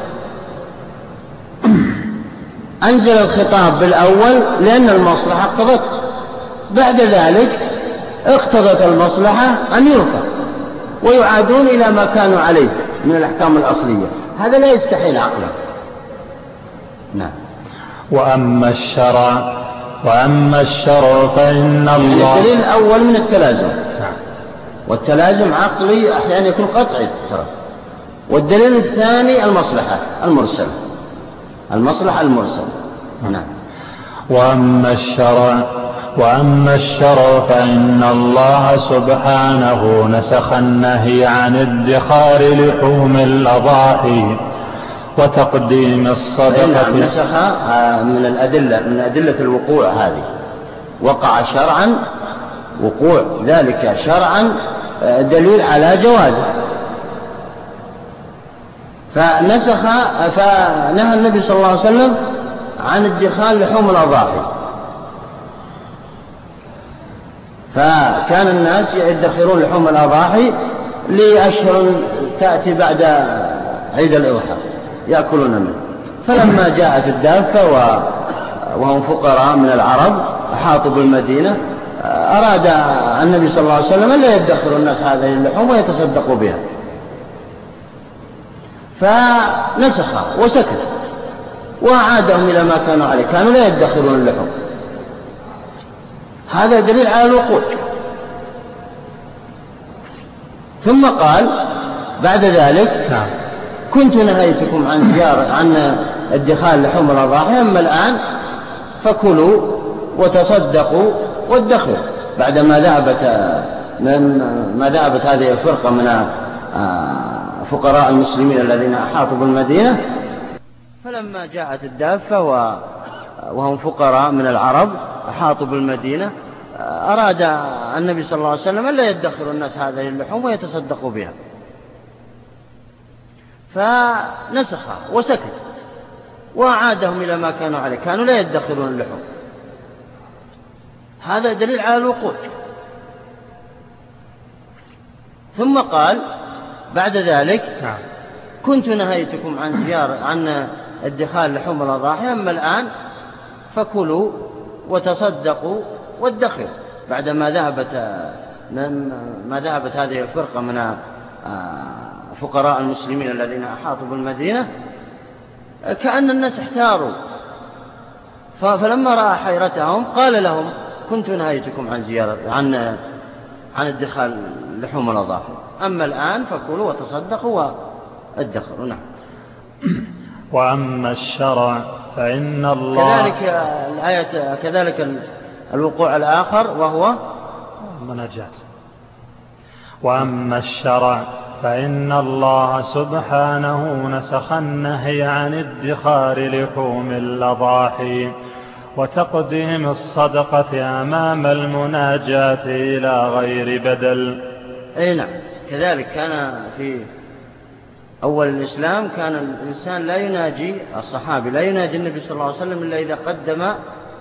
S1: أنزل الخطاب بالأول لأن المصلحة اقتضت، بعد ذلك اقتضت المصلحة أن يرفع ويعادون إلى ما كانوا عليه من الأحكام الأصلية. هذا لا يستحيل عقلا. نعم.
S3: وأما الشرع وأما الشرع فإن الله.
S1: الدليل الأول من التلازم، والتلازم عقلي أحيانا يكون قطعي ترى. والدليل الثاني المصلحة المرسلة، المصلحة المرسلة. نعم.
S3: وأما الشرع وأما الشرع فإن الله سبحانه نسخ النهي عن ادخار لحوم الأضاحي وتقديم الصدقة.
S1: نعم، نسخ من الأدلة، من أدلة الوقوع هذه، وقع شرعا، وقوع ذلك شرعا دليل على جوازه. فنسخ فنهى النبي صلى الله عليه وسلم عن ادخار لحوم الأضاحي، فكان الناس يدخرون لحوم الأضاحي لأشهر تأتي بعد عيد الأضحى يأكلون منه. فلما جاءت الدافة وهم فقراء من العرب أحاطوا بالمدينة، أراد النبي صلى الله عليه وسلم أن لا يدخروا الناس هذه اللحوم ويتصدقوا بها، فنسخ وسكت. وأعادهم إلى ما كانوا عليه، كانوا لا يدخرون اللحوم. هذا دليل على الوقوع. ثم قال بعد ذلك كنت نهيتكم عن زيارة عن ادخار لحوم الأضاحي، أما الآن فكلوا وتصدقوا وادخروا. بعدما ذهبت ما ذهبت هذه الفرقة من فقراء المسلمين الذين أحاطوا بالمدينة، فلما جاءت الدافة وهم فقراء من العرب أحاطوا بالمدينة، أراد النبي صلى الله عليه وسلم أن لا يدخروا الناس هذه اللحوم ويتصدقوا بها، فنسخها وسكت وأعادهم إلى ما كانوا عليه، كانوا لا يدخرون اللحوم. هذا دليل على الوقوع. ثم قال بعد ذلك كنت نهيتكم عن زيارة عن ادخار لحوم الأضاحي، أما الآن فكلوا وتصدقوا وادخروا. بعدما ذهبت ما ذهبت هذه الفرقة من فقراء المسلمين الذين أحاطوا بالمدينة، كأن الناس احتاروا، فلما رأى حيرتهم قال لهم كنت نهيتكم عن زيارة عن عن ادخار لحوم الأضاحي، أما الآن فكلوا وتصدقوا وادخروا. نعم.
S3: وأما الشرع فإن الله
S1: كذلك الآية كذلك الوقوع الآخر وهو
S3: مناجاة. وأما الشرع فإن الله سبحانه نسخ النهي عن ادخار لحوم الأضاحي وتقديم الصدقة أمام المناجاة إلى غير بدل.
S1: أي نعم. كذلك كان في أول الإسلام كان الإنسان لا يناجي الصحابي لا يناجي النبي صلى الله عليه وسلم إلا إذا قدم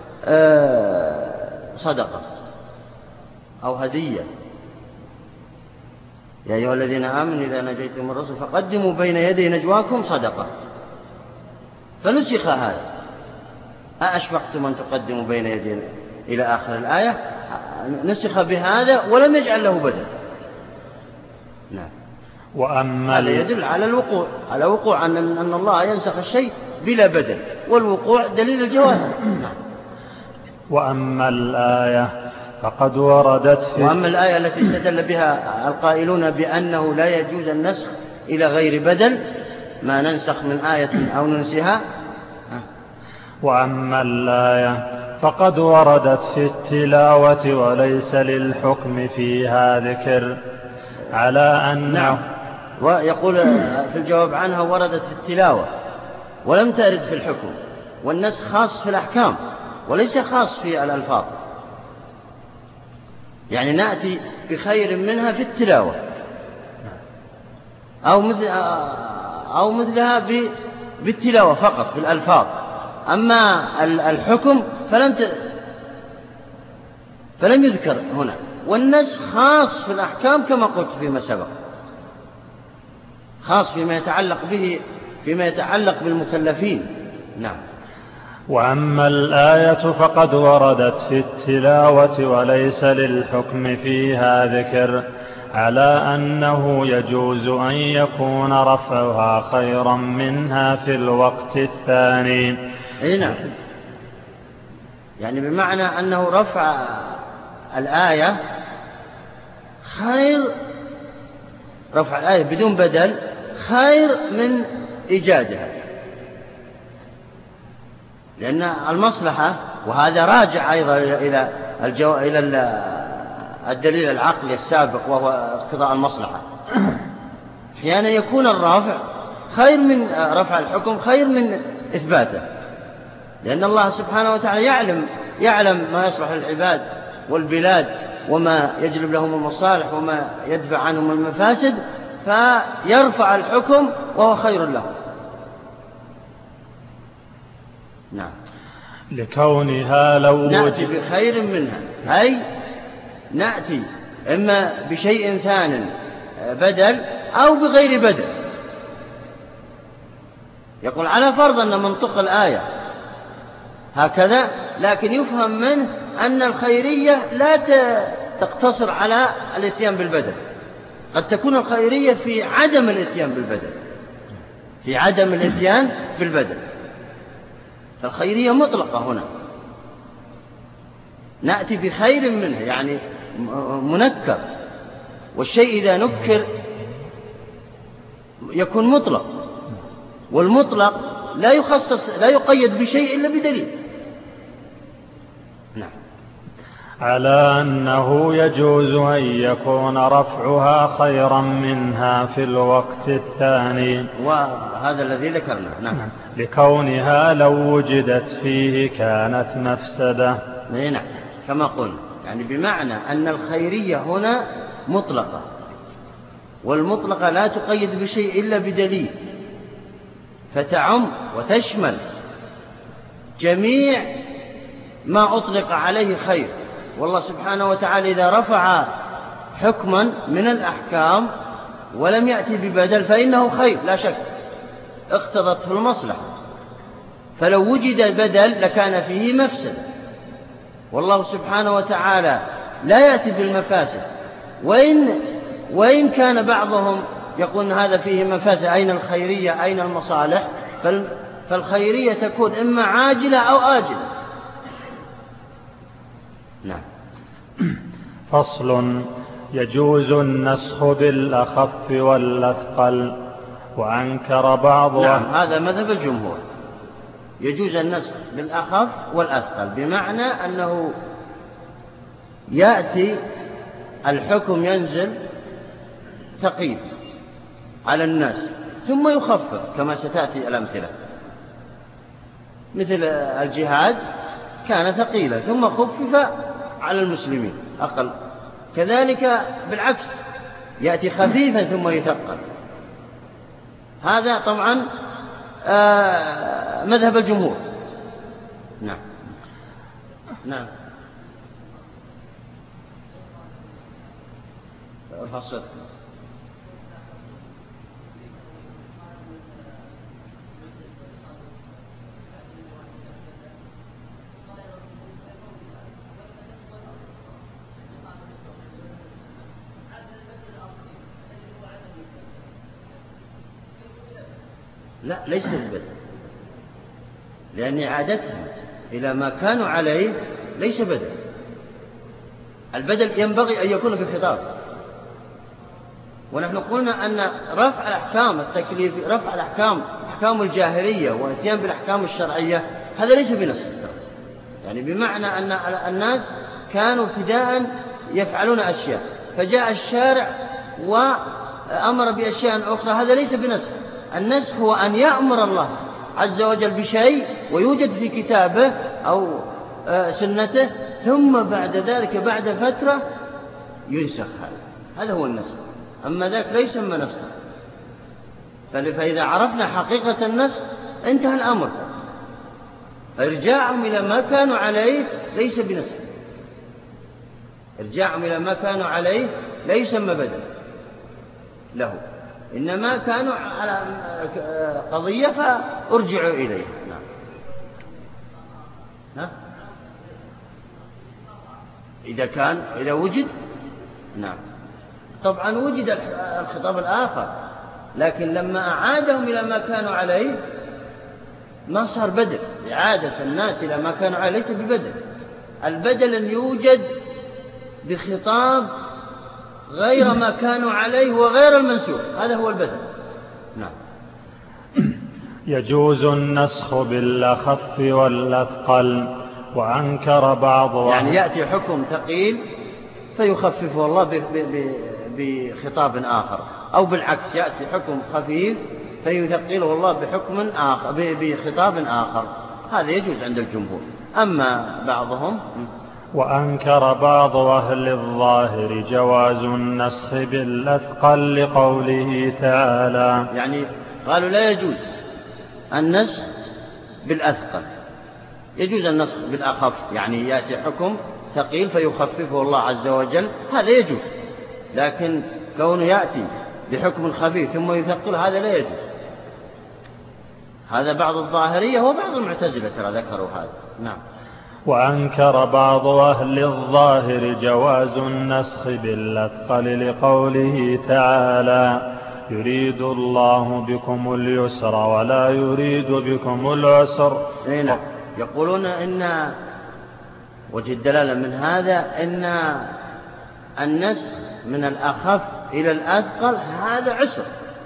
S1: صدقة أو هدية. يا أيها الذين آمنوا إذا نجيتم الرسول فقدموا بين يدي نجواكم صدقة، فنسخ هذا. أأشفقتم أن تقدموا بين يدي إلى آخر الآية، نسخ بهذا ولم يجعل له بدل. نعم.
S3: وأما
S1: هذا يدل على الوقوع على وقوع أن أن الله ينسخ الشيء بلا بدل، والوقوع دليل الجواز. نعم.
S3: وأما الآية فقد وردت في
S1: وأما الآية التي استدل بها القائلون بأنه لا يجوز النسخ إلى غير بدل، ما ننسخ من آية أو ننسها.
S3: وأما الآية فقد وردت في التلاوة وليس للحكم فيها ذكر على أن
S1: نعم. ويقول في الجواب عنها وردت في التلاوة ولم ترد في الحكم، والنسخ خاص في الأحكام وليس خاص في الألفاظ. يعني نأتي بخير منها في التلاوة أو مثل أو مثلها بالتلاوة فقط في الألفاظ، أما الحكم فلم ت... فلم يذكر هنا. والنسخ خاص في الأحكام كما قلت فيما سبق، خاص فيما يتعلق به فيما يتعلق بالمكلفين. نعم.
S3: وأما الآية فقد وردت في التلاوة وليس للحكم فيها ذكر على أنه يجوز أن يكون رفعها خيرا منها في الوقت الثاني.
S1: أي نعم. يعني بمعنى أنه رفع الآية خير، رفع الآية بدون بدل خير من إيجادها، لأن المصلحة، وهذا راجع أيضا إلى الجو... إلى الدليل العقلي السابق وهو اقتضاء المصلحة. أحيانا يكون الرافع خير من رفع الحكم خير من إثباته، لأن الله سبحانه وتعالى يعلم يعلم ما يصلح للعباد والبلاد وما يجلب لهم المصالح وما يدفع عنهم المفاسد، فيرفع الحكم وهو خير له. نعم.
S3: لكونها لو
S1: نأتي بخير منها، أي نأتي إما بشيء ثان بدل أو بغير بدل. يقول على فرض أن منطق الآية هكذا، لكن يفهم منه أن الخيرية لا تقتصر على الاتيان بالبدل، قد تكون الخيرية في عدم الاتيان بالبدل، في عدم الاتيان بالبدل. فالخيرية مطلقة هنا، نأتي بخير منه يعني منكر، والشيء إذا نكر يكون مطلق، والمطلق لا يخصص لا يقيد بشيء إلا بدليل. نعم.
S3: على أنه يجوز أن يكون رفعها خيرا منها في الوقت الثاني،
S1: وهذا الذي ذكرنا. نعم.
S3: لكونها لو وجدت فيه كانت مفسدة.
S1: نعم كما قلنا، يعني بمعنى أن الخيرية هنا مطلقة، والمطلقة لا تقيد بشيء إلا بدليل، فتعم وتشمل جميع ما أطلق عليه خير. والله سبحانه وتعالى إذا رفع حكما من الأحكام ولم يأتي ببدل فإنه خير لا شك، اقتضته المصلحة، فلو وجد بدل لكان فيه مفسد. والله سبحانه وتعالى لا يأتي بالمفاسد، وإن, وإن كان بعضهم يقول هذا فيه مفاسد، أين الخيرية أين المصالح؟ فالخيرية تكون إما عاجلة أو آجلة. نعم.
S3: فصل. يجوز النسخ بالأخف والأثقل، وأنكر بعض.
S1: نعم هذا مذهب الجمهور، يجوز النسخ بالأخف والأثقل، بمعنى أنه يأتي الحكم ينزل ثقيل على الناس ثم يخفف كما ستأتي الأمثلة، مثل الجهاد كان ثقيلا ثم خفف على المسلمين أقل، كذلك بالعكس يأتي خفيفا ثم يثقل. هذا طبعا آه مذهب الجمهور. نعم. نعم. الفصل. لا ليس البدل، لأن إعادتهم إلى ما كانوا عليه ليس بدل. البدل ينبغي أن يكون في خطاب، ونحن قلنا أن رفع الأحكام التكليف رفع الأحكام أحكام الجاهلية والاتيان بالأحكام الشرعية هذا ليس بنص، يعني بمعنى أن الناس كانوا ابتداء يفعلون أشياء فجاء الشارع وأمر بأشياء أخرى، هذا ليس بنسخ. النسخ هو أن يأمر الله عز وجل بشيء ويوجد في كتابه أو سنته، ثم بعد ذلك بعد فترة ينسخ، هذا هذا هو النسخ. أما ذاك ليس ما نسخ، فإذا عرفنا حقيقة النسخ انتهى الأمر، إرجاعهم إلى ما كانوا عليه ليس بنسخ، إرجاعهم إلى ما كانوا عليه ليس ما بدل له، إنما كانوا على قضية فأرجعوا إليه. نعم. ها؟ إذا كان إذا وجد، نعم طبعا وجد الخطاب الآخر، لكن لما أعادهم إلى ما كانوا عليه ما صار بدل. إعادة الناس إلى ما كانوا عليه ليس ببدل، البدل أن يوجد بخطاب غير ما كانوا عليه وغير المنسوخ، هذا هو البدل. نعم.
S3: يجوز النسخ بالأخف والأثقل، وأنكر بعض.
S1: يعني يأتي حكم ثقيل فيخففه الله بخطاب آخر، أو بالعكس يأتي حكم خفيف فيثقله الله بحكم آخر بخطاب آخر، هذا يجوز عند الجمهور. أما بعضهم
S3: وأنكر بعض أهل الظاهر جواز النسخ بالأثقل لقوله تعالى،
S1: يعني قالوا لا يجوز النسخ بالأثقل، يجوز النسخ بالأخف، يعني يأتي حكم ثقيل فيخففه الله عز وجل، هذا يجوز، لكن كونه يأتي بحكم خفيف ثم يثقل هذا لا يجوز. هذا بعض الظاهرية وبعض المعتزلة ترى ذكروا هذا. نعم.
S3: وأنكر بعض أهل الظاهر جواز النسخ بالأثقل لقوله تعالى يريد الله بكم اليسر ولا يريد بكم العسر.
S1: نعم. يقولون إن وجه الدلالة من هذا إن النسخ من الأخف إلى الأثقل هذا عسر،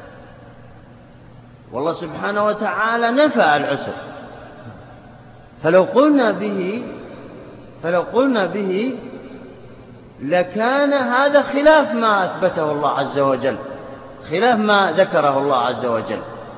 S1: والله سبحانه وتعالى نفى العسر، فلو قلنا به فلو قلنا به لكان هذا خلاف ما أثبته الله عز وجل، خلاف ما ذكره الله عز وجل.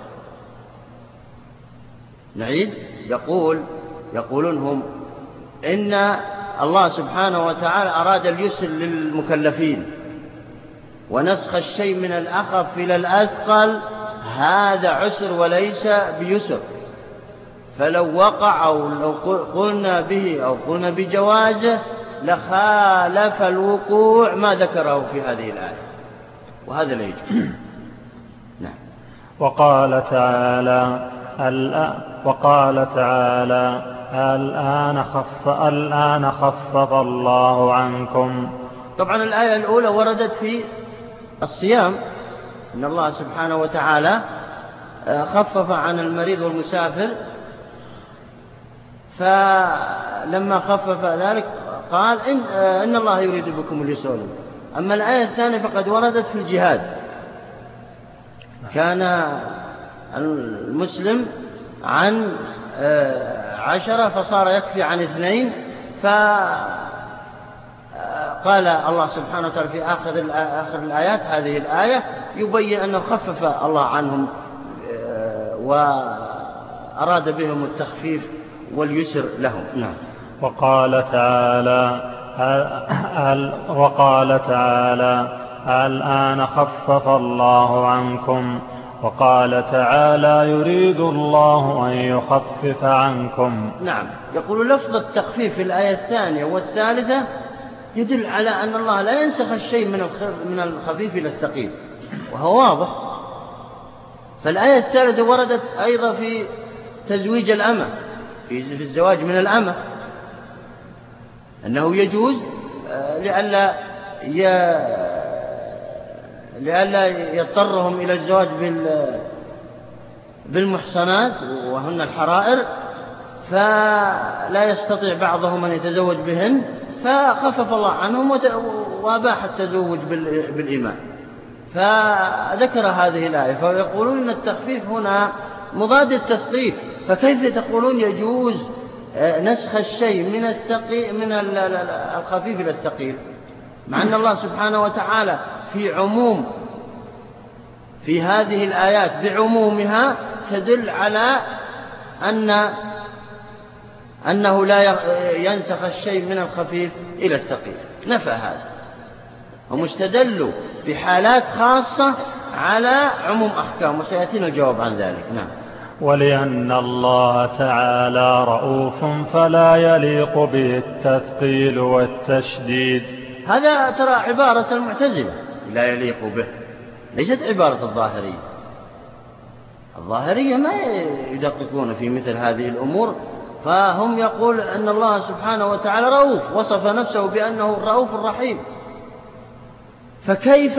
S1: نعيد. يقول يقولون هم إن الله سبحانه وتعالى أراد اليسر للمكلفين، ونسخ الشيء من الأخف إلى الأثقل هذا عسر وليس بيسر، فلو وقع أو لو قلنا به أو قلنا بجوازه لخالف الوقوع ما ذكره في هذه الآية، وهذا لا يجوز. نعم.
S3: وقال تعالى وقال تعالى الآن خف الآن خفف الله عنكم.
S1: طبعا الآية الأولى وردت في الصيام، إن الله سبحانه وتعالى خفف عن المريض والمسافر، فلما خفف ذلك قال إن, إن الله يريد بكم اليسر. أما الآية الثانية فقد وردت في الجهاد، كان المسلم عن عشرة فصار يكفي عن اثنين، فقال الله سبحانه وتعالى في آخر آخر الآيات هذه الآية يبين أنه خفف الله عنهم وأراد بهم التخفيف واليسر لهم. نعم.
S3: وقال تعالى وقال تعالى الآن خفف الله عنكم. وقال تعالى يريد الله أن يخفف عنكم.
S1: نعم. يقول لفظ التخفيف في الآية الثانية والثالثة يدل على أن الله لا ينسخ الشيء من الخفيف إلى الثقيل، وهو واضح. فالآية الثالثة وردت أيضا في تزويج الأمة، في الزواج من الأمة، أنه يجوز لئلا لئلا يضطرهم إلى الزواج بالمحصنات وهن الحرائر، فلا يستطيع بعضهم أن يتزوج بهن، فخفف الله عنهم وأباح التزوج بالإماء، فذكر هذه الآية. فيقولون أن التخفيف هنا مضاد التثقيل، فكيف تقولون يجوز نسخ الشيء من الثقيل من الخفيف إلى الثقيل، مع أن الله سبحانه وتعالى في عموم في هذه الآيات بعمومها تدل على أن أنه لا ينسخ الشيء من الخفيف إلى الثقيل، نفى هذا. هم استدلوا بحالات خاصة على عموم أحكام، وسيأتينا الجواب عن ذلك. نعم.
S3: ولأن الله تعالى رؤوف فلا يليق به التثقيل والتشديد.
S1: هذا ترى عبارة المعتزلة لا يليق به، ليست عبارة الظاهرية. الظاهرية ما يدققون في مثل هذه الأمور، فهم يقول أن الله سبحانه وتعالى رؤوف، وصف نفسه بأنه الرؤوف الرحيم، فكيف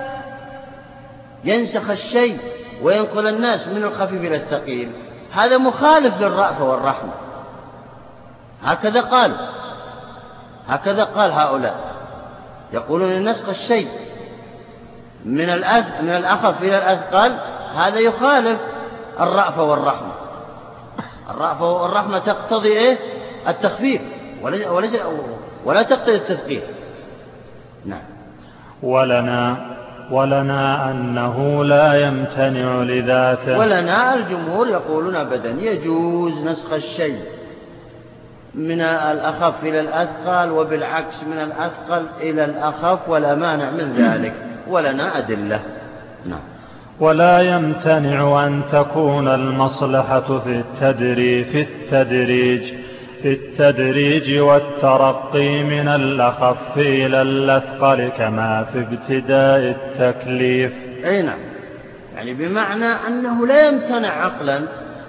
S1: ينسخ الشيء وينقل الناس من الخفيف إلى الثقيل؟ هذا مخالف للرأفة والرحمة. هكذا قال هكذا قال هؤلاء، يقولون أن نسخ الشيء من الأث من الأخف إلى الأثقل هذا يخالف الرأفة والرحمة. الرأفة والرحمة تقتضي إيه؟ التخفيف، وليس ولا تقتضي التثقيل. نعم.
S3: ولنا ولنا أنه لا يمتنع لذاته.
S1: ولنا الجمهور يقولون أبدا يجوز نسخ الشيء من الأخف إلى الأثقل، وبالعكس من الأثقل إلى الأخف، ولا مانع من ذلك، ولنا أدلة. نعم.
S3: ولا يمتنع أن تكون المصلحة في التدريج في التدريج في التدريج والترقي من الأخف إلى الأثقل كما في ابتداء التكليف.
S1: أي نعم. يعني بمعنى أنه لا يمتنع عقلا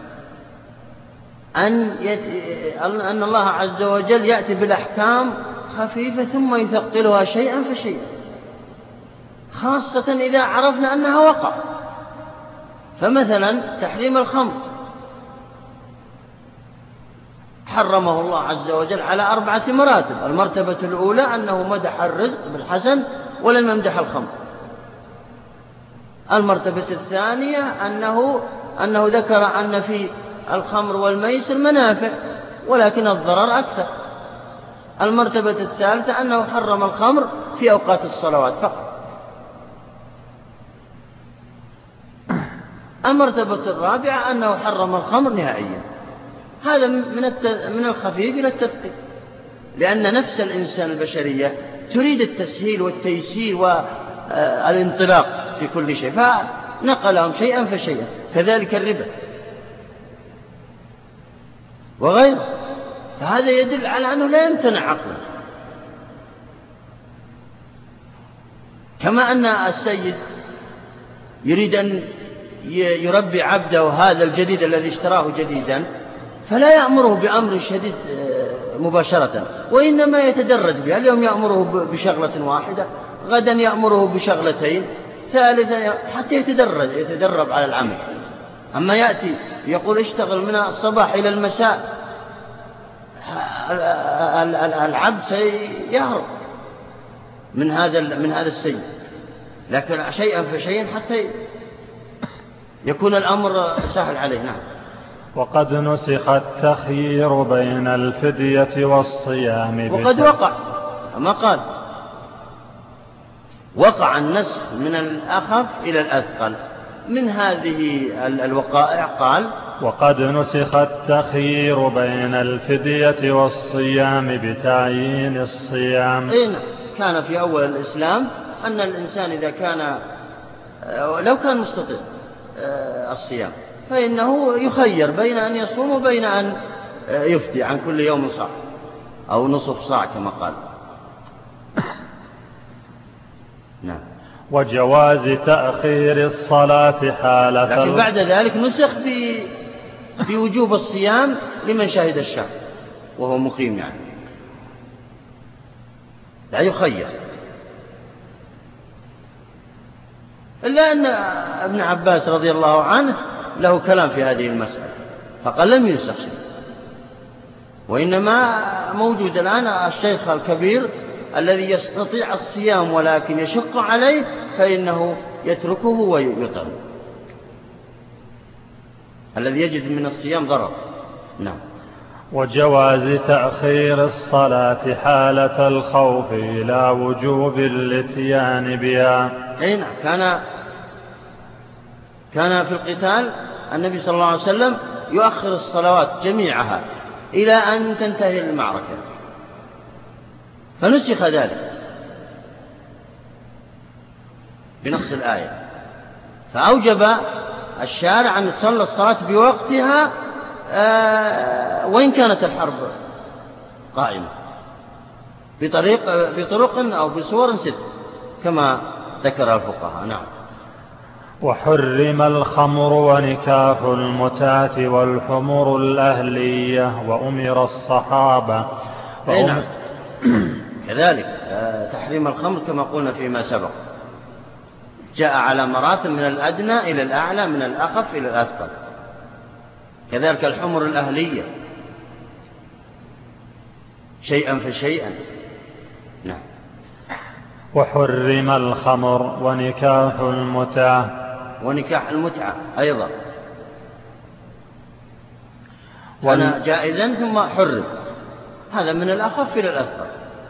S1: أن, يت... أن الله عز وجل يأتي بالأحكام خفيفة ثم يثقلها شيئا فشيئا. خاصة إذا عرفنا أنها وقع. فمثلا تحريم الخمر حرمه الله عز وجل على أربعة مراتب. المرتبة الأولى أنه مدح الرزق بالحسن ولم يمدح الخمر. المرتبة الثانية أنه, أنه ذكر أن في الخمر والميسر منافع ولكن الضرر أكثر. المرتبة الثالثة أنه حرم الخمر في أوقات الصلوات فقط. المرتبة الرابعة أنه حرم الخمر نهائيا. هذا من من الخفيف إلى التثقيل، لأن نفس الإنسان البشرية تريد التسهيل والتيسير والانطلاق في كل شيء، فنقلهم شيئا فشيئا. كذلك الربا وغيره، فهذا يدل على أنه لا يمتنع عقلا. كما أن السيد يريد أن يربي عبده هذا الجديد الذي اشتراه جديدا، فلا يأمره بأمر شديد مباشرة، وإنما يتدرج بها. اليوم يأمره بشغلة واحدة، غدا يأمره بشغلتين، ثالثا حتى يتدرج يتدرب على العمل. أما يأتي يقول اشتغل من الصباح إلى المساء، العبد سيهرب من هذا من هذا السيد. لكن شيئا فشيئا حتى يكون الأمر سهل عليه. نعم.
S3: وقد نسخ التخيير بين الفدية والصيام،
S1: وقد وقع ما قال وقع النسخ من الأخف إلى الأثقل. من هذه الوقائع قال
S3: وقد نسخ التخيير بين الفدية والصيام بتعيين الصيام.
S1: إيه كان في أول الإسلام أن الإنسان إذا كان لو كان مستطيع الصيام فإنه يخير بين أن يصوم وبين أن يفدي عن كل يوم صاع أو نصف صاع كما قال. نعم.
S3: وجواز تأخير الصلاة حالة،
S1: لكن بعد ذلك نسخ بوجوب الصيام لمن شهد الشهر وهو مقيم، يعني لا يخير. إلا أن ابن عباس رضي الله عنه له كلام في هذه المسألة، فقال لم ينسخ شيء، وإنما موجود الآن الشيخ الكبير الذي يستطيع الصيام ولكن يشق عليه فإنه يتركه ويطعم، الذي يجد من الصيام ضرر. نعم.
S3: وجواز تأخير الصلاة حالة الخوف إلى وجوب الاتيان بها.
S1: أي نعم. كان كان في القتال النبي صلى الله عليه وسلم يؤخر الصلوات جميعها إلى أن تنتهي المعركة، فنسخ ذلك بنص الآية، فأوجب الشارع أن تصلى الصلاة بوقتها وإن كانت الحرب قائمة بطريق بطرق أو بصور ست كما ذكر الفقهاء. نعم.
S3: وحرم الخمر ونكاح المتعة والحمر الأهلية وأمر الصحابة.
S1: أي نعم. كذلك تحريم الخمر كما قلنا فيما سبق جاء على مراتب من الأدنى إلى الأعلى، من الأخف إلى الأثقل. كذلك الحمر الأهلية شيئا فشيئا. نعم.
S3: وحرم الخمر ونكاح المتعة
S1: ونكاح المتعة أيضا كان جائزا ثم حرم، هذا من الأخف إلى الأثقل.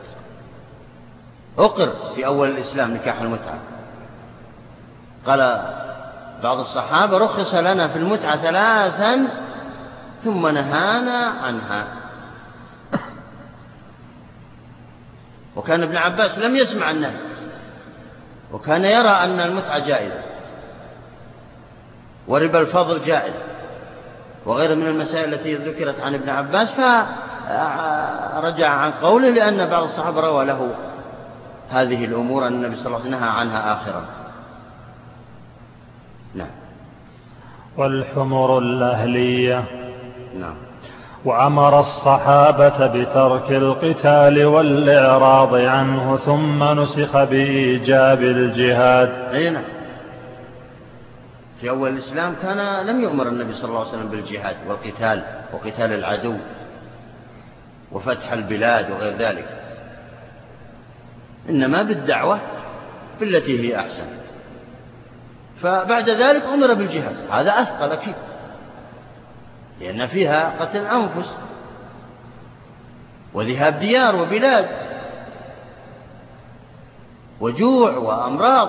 S1: أقر في أول الإسلام نكاح المتعة، قال بعض الصحابة رخص لنا في المتعة ثلاثا ثم نهانا عنها. وكان ابن عباس لم يسمع النهي، وكان يرى أن المتعة جائزة وربا الفضل جائز وغير من المسائل التي ذكرت عن ابن عباس، فرجع عن قوله لأن بعض الصحابة روى له هذه الأمور أن النبي صلى الله عليه وسلم نهى عنها آخرا. نعم.
S3: والحمر الأهلية.
S1: نعم.
S3: وأمر الصحابة بترك القتال والإعراض عنه ثم نسخ بإيجاب الجهاد.
S1: أي نعم. في أول الإسلام كان لم يؤمر النبي صلى الله عليه وسلم بالجهاد والقتال وقتال العدو وفتح البلاد وغير ذلك، إنما بالدعوة بالتي هي أحسن. فبعد ذلك أمر بالجهاد، هذا أثقل أكيد، لأن فيها قتل أنفس وذهاب ديار وبلاد وجوع وأمراض.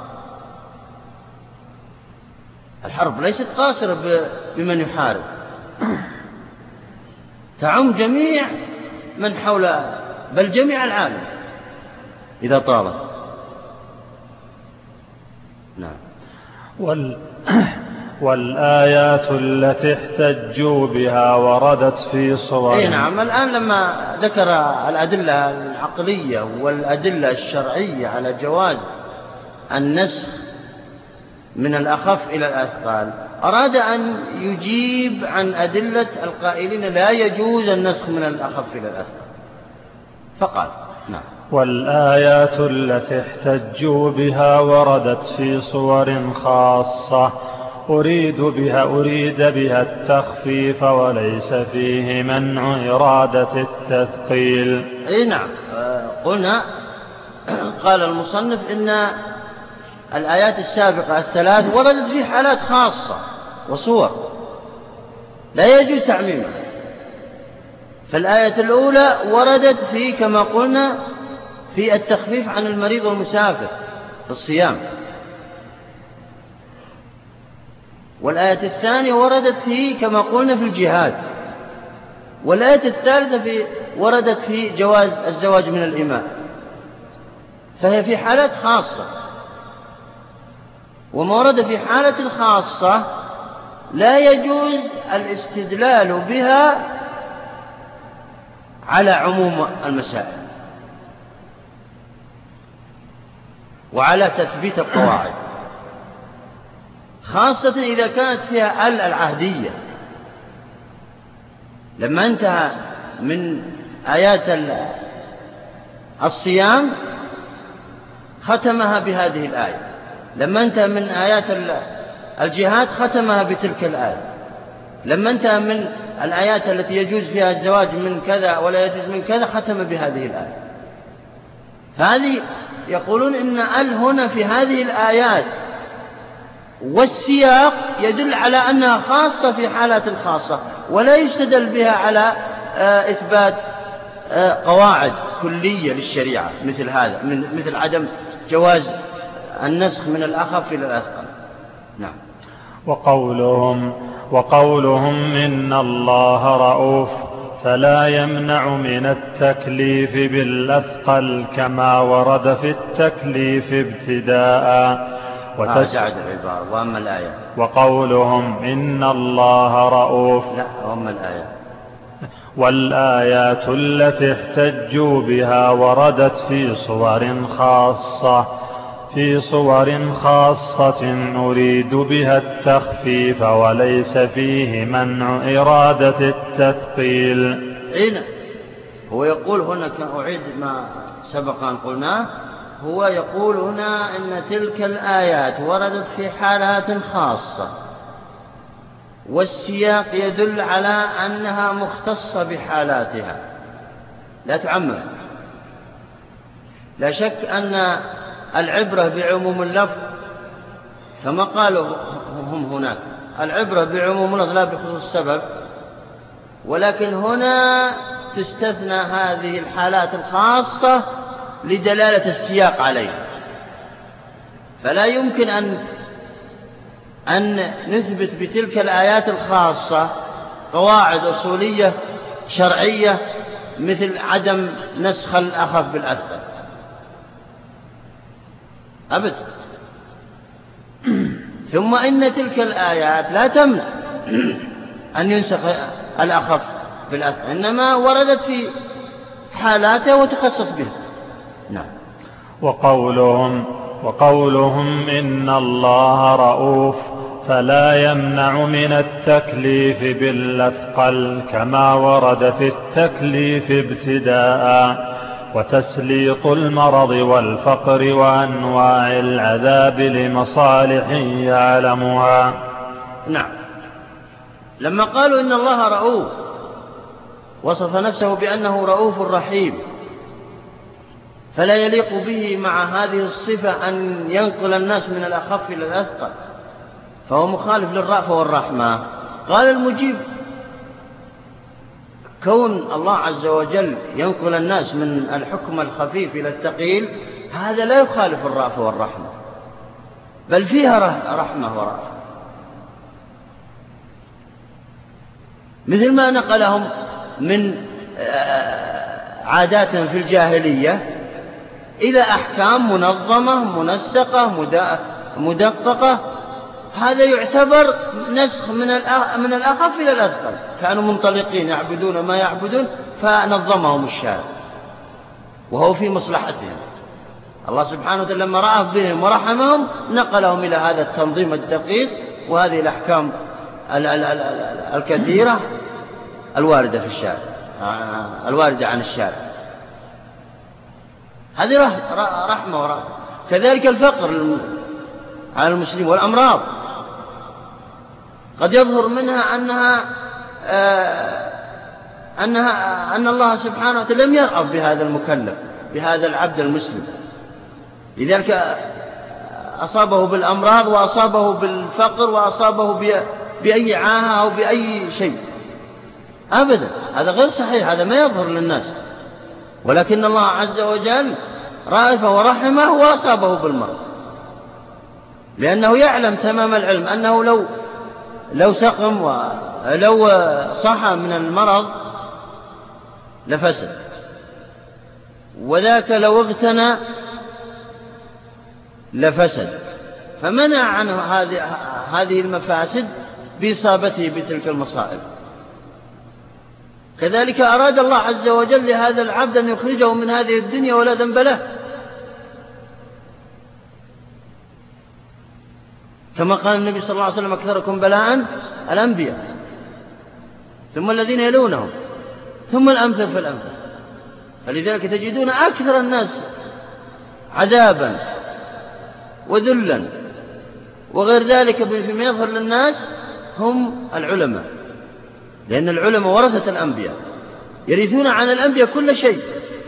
S1: الحرب ليست قاصرة بمن يحارب، تعم جميع من حول، بل جميع العالم إذا طالت. نعم.
S3: وال... والآيات التي احتجوا بها وردت في صور.
S1: أي نعم. الآن لما ذكر الأدلة العقلية والأدلة الشرعية على جواز النسخ من الأخف إلى الأثقال، أراد أن يجيب عن أدلة القائلين لا يجوز النسخ من الأخف إلى الأثقال، فقال نعم.
S3: والآيات التي احتجوا بها وردت في صور خاصة أريد بها أريد بها التخفيف وليس فيه منع إرادة التثقيل.
S1: أي نعم. قلنا قال المصنف إن الآيات السابقة الثلاث وردت في حالات خاصة وصور لا يجوز تعميمها. فالآية الأولى وردت في كما قلنا في التخفيف عن المريض والمسافر في الصيام، والآية الثانية وردت في كما قلنا في الجهاد، والآية الثالثة في وردت في جواز الزواج من الإماء. فهي في حالات خاصة، وما ورد في حالة خاصة لا يجوز الاستدلال بها على عموم المسائل وعلى تثبيت القواعد، خاصة إذا كانت فيها ال العهدية. لما انتهى من آيات الصيام ختمها بهذه الآية، لما انتهى من آيات الجهاد ختمها بتلك الآية، لما انتهى من الآيات التي يجوز فيها الزواج من كذا ولا يجوز من كذا ختم بهذه الآية. فهذه يقولون إن ال هنا في هذه الآيات والسياق يدل على أنها خاصة في حالات خاصة، ولا يستدل بها على إثبات قواعد كلية للشريعة مثل هذا، مثل عدم جواز النسخ من الأخف إلى الأثقل. نعم.
S3: وقولهم وقولهم إن الله رؤوف فلا يمنع من التكليف بالأثقل كما ورد في التكليف ابتداء.
S1: وتس... آه العبارة. وأما الآية
S3: وقولهم إن الله رؤوف،
S1: لا وأما الآية
S3: والآيات التي احتجوا بها وردت في صور خاصة في صور خاصة نريد بها التخفيف وليس فيه منع إرادة التثقيل.
S1: إيه هو يقول هنا كان أعيد ما سبق أن قلناه، هو يقول هنا أن تلك الآيات وردت في حالات خاصة والسياق يدل على أنها مختصة بحالاتها لا تعمم. لا شك أن العبرة بعموم اللفظ كما قالوا هم هناك، العبرة بعموم اللفظ لا بخصوص السبب، ولكن هنا تستثنى هذه الحالات الخاصة لدلالة السياق عليها. فلا يمكن أن أن نثبت بتلك الآيات الخاصة قواعد أصولية شرعية مثل عدم نسخ الأخف بالأثقل أبدا. ثم إن تلك الآيات لا تمنع أن ينسخ الأخف بالأثقل، إنما وردت في حالاتها وتخصص بها. نعم.
S3: وقولهم وقولهم إن الله رؤوف فلا يمنع من التكليف بالأثقل كما ورد في التكليف ابتداء، وتسليط المرض والفقر وأنواع العذاب لمصالح يعلمها.
S1: نعم. لما قالوا إن الله رؤوف وصف نفسه بأنه رؤوف رحيم، فلا يليق به مع هذه الصفة أن ينقل الناس من الأخف إلى الأثقل، فهو مخالف للرأفة والرحمة. قال المجيب: كون الله عز وجل ينقل الناس من الحكم الخفيف إلى الثقيل هذا لا يخالف الرأفة والرحمة، بل فيها رحمة ورأفة، مثل ما نقلهم من عادات في الجاهلية إلى أحكام منظمة منسقة مدققة. هذا يعتبر نسخ من من الأخف إلى الأثقل. كانوا منطلقين يعبدون ما يعبدون فنظمهم الشارع وهو في مصلحتهم. الله سبحانه وتعالى لما رأف بهم ورحمهم نقلهم إلى هذا التنظيم الدقيق وهذه الأحكام الكثيرة الواردة في الشارع، الواردة عن الشارع. هذه رحمة ورحمة. كذلك الفقر على المسلمين والأمراض قد يظهر منها أنها آه أنها أن الله سبحانه وتعالى لم يرأف بهذا المكلف، بهذا العبد المسلم، لذلك أصابه بالأمراض وأصابه بالفقر وأصابه بأي عاهة أو بأي شيء. أبدا، هذا غير صحيح، هذا ما يظهر للناس. ولكن الله عز وجل رأف ورحمه وأصابه بالمرض، لأنه يعلم تمام العلم أنه لو لو سقم ولو صحى من المرض لفسد، وذاك لو اغتنى لفسد، فمنع عنه هذه المفاسد بإصابته بتلك المصائب. كذلك أراد الله عز وجل لهذا العبد أن يخرجه من هذه الدنيا ولا ذنب له، كما قال النبي صلى الله عليه وسلم: أكثركم بلاء الأنبياء ثم الذين يلونهم ثم الأمثل فالأمثل. فلذلك تجدون أكثر الناس عذابا وذلا وغير ذلك فيما يظهر للناس هم العلماء، لأن العلماء ورثة الأنبياء يرثون عن الأنبياء كل شيء،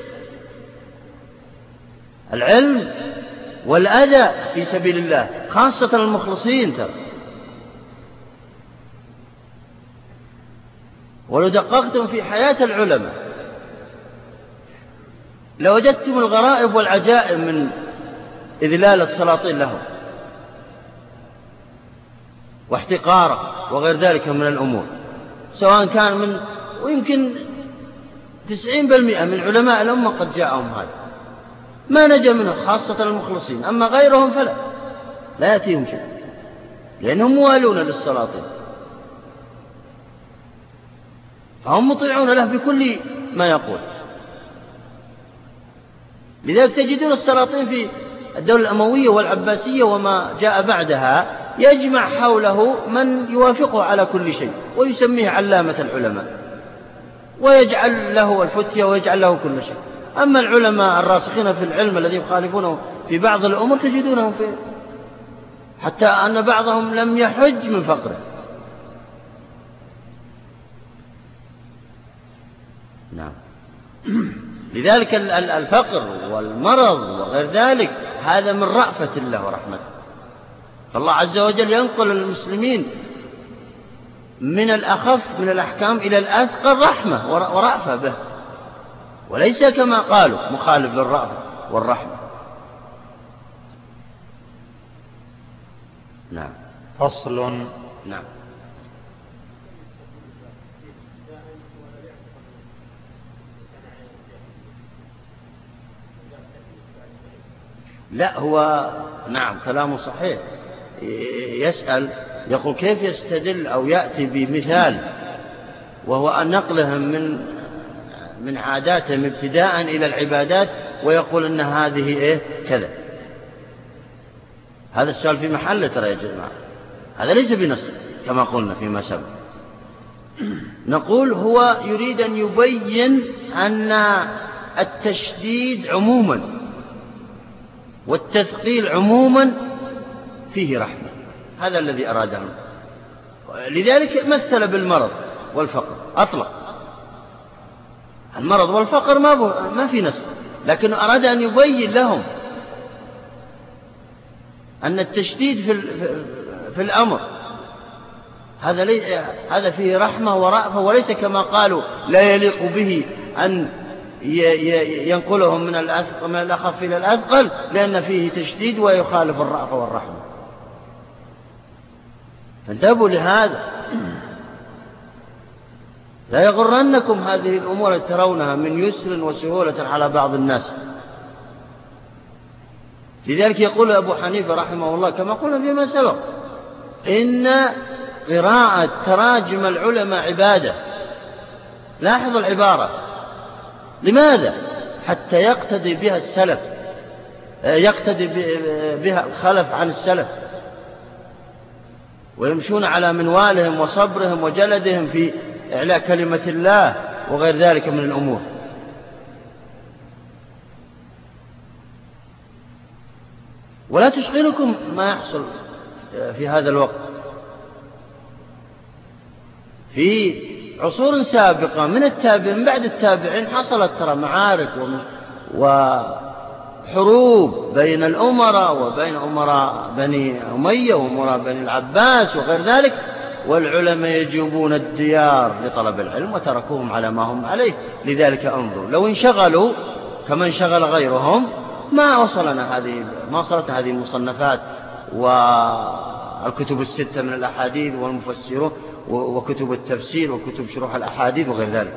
S1: العلم والأداء في سبيل الله، خاصة المخلصين. ترى ولو دققتم في حياة العلماء لوجدتم الغرائب والعجائب من إذلال السلاطين لهم واحتقاره وغير ذلك من الأمور، سواء كان من ويمكن تسعين بالمئة من علماء الأمة قد جاءهم هذا، ما نجا منه خاصة المخلصين، أما غيرهم فلا لا يأتيهم شيء، لأنهم موالون للسلاطين، فهم مطيعون له بكل ما يقول. لذلك تجدون السلاطين في الدولة الأموية والعباسية وما جاء بعدها يجمع حوله من يوافقه على كل شيء ويسميه علامة العلماء، ويجعل له الفتية ويجعل له كل شيء. أما العلماء الراسخين في العلم الذي يخالفونه في بعض الأمور تجدونهم في حتى أن بعضهم لم يحج من فقره. نعم. لذلك الفقر والمرض وغير ذلك هذا من رأفة الله ورحمته، فالله عز وجل ينقل المسلمين من الأخف من الأحكام إلى الأثقل رحمة ورأفة به، وليس كما قالوا مخالف للرأفة والرحمة. نعم.
S3: فصل.
S1: نعم. لا، هو نعم كلامه صحيح. يسأل يقول كيف يستدل أو يأتي بمثال وهو أن نقلهم من من عاداتهم ابتداء إلى العبادات ويقول أن هذه إيه كذا. هذا السؤال في محله ترى يا جماعة، هذا ليس بنسخ كما قلنا فيما سبق. نقول هو يريد أن يبين أن التشديد عموما والتثقيل عموما فيه رحمة، هذا الذي أراده. لذلك مثل بالمرض والفقر، أطلق المرض والفقر ما, ما في نسخ، لكن أراد أن يبين لهم أن التشديد في, في الأمر هذا, لي هذا فيه رحمة ورأفة، وليس كما قالوا لا يليق به أن ينقلهم من الأخف إلى الأثقل لأن فيه تشديد ويخالف الرأفة والرحمة. فانتبهوا لهذا، لا يغرنكم هذه الأمور التي ترونها من يسر وسهولة على بعض الناس. لذلك يقول أبو حنيفة رحمه الله كما قلنا فيما سبق إن قراءة تراجم العلماء عبادة. لاحظوا العبارة، لماذا؟ حتى يقتدي بها السلف، يقتدي بها الخلف عن السلف، ويمشون على منوالهم وصبرهم وجلدهم في إعلاء كلمة الله وغير ذلك من الأمور. ولا تشغلكم ما يحصل في هذا الوقت. في عصور سابقة من التابعين من بعد التابعين حصلت ترى معارك وحروب بين الأمراء وبين أمراء بني أمية وأمراء بني العباس وغير ذلك، والعلماء يجيبون الديار لطلب العلم وتركوهم على ما هم عليه. لذلك انظر لو انشغلوا كما انشغل غيرهم ما وصلنا هذه ما وصلت هذه المصنفات والكتب الستة من الأحاديث والمفسرون وكتب التفسير وكتب شروح الأحاديث وغير ذلك.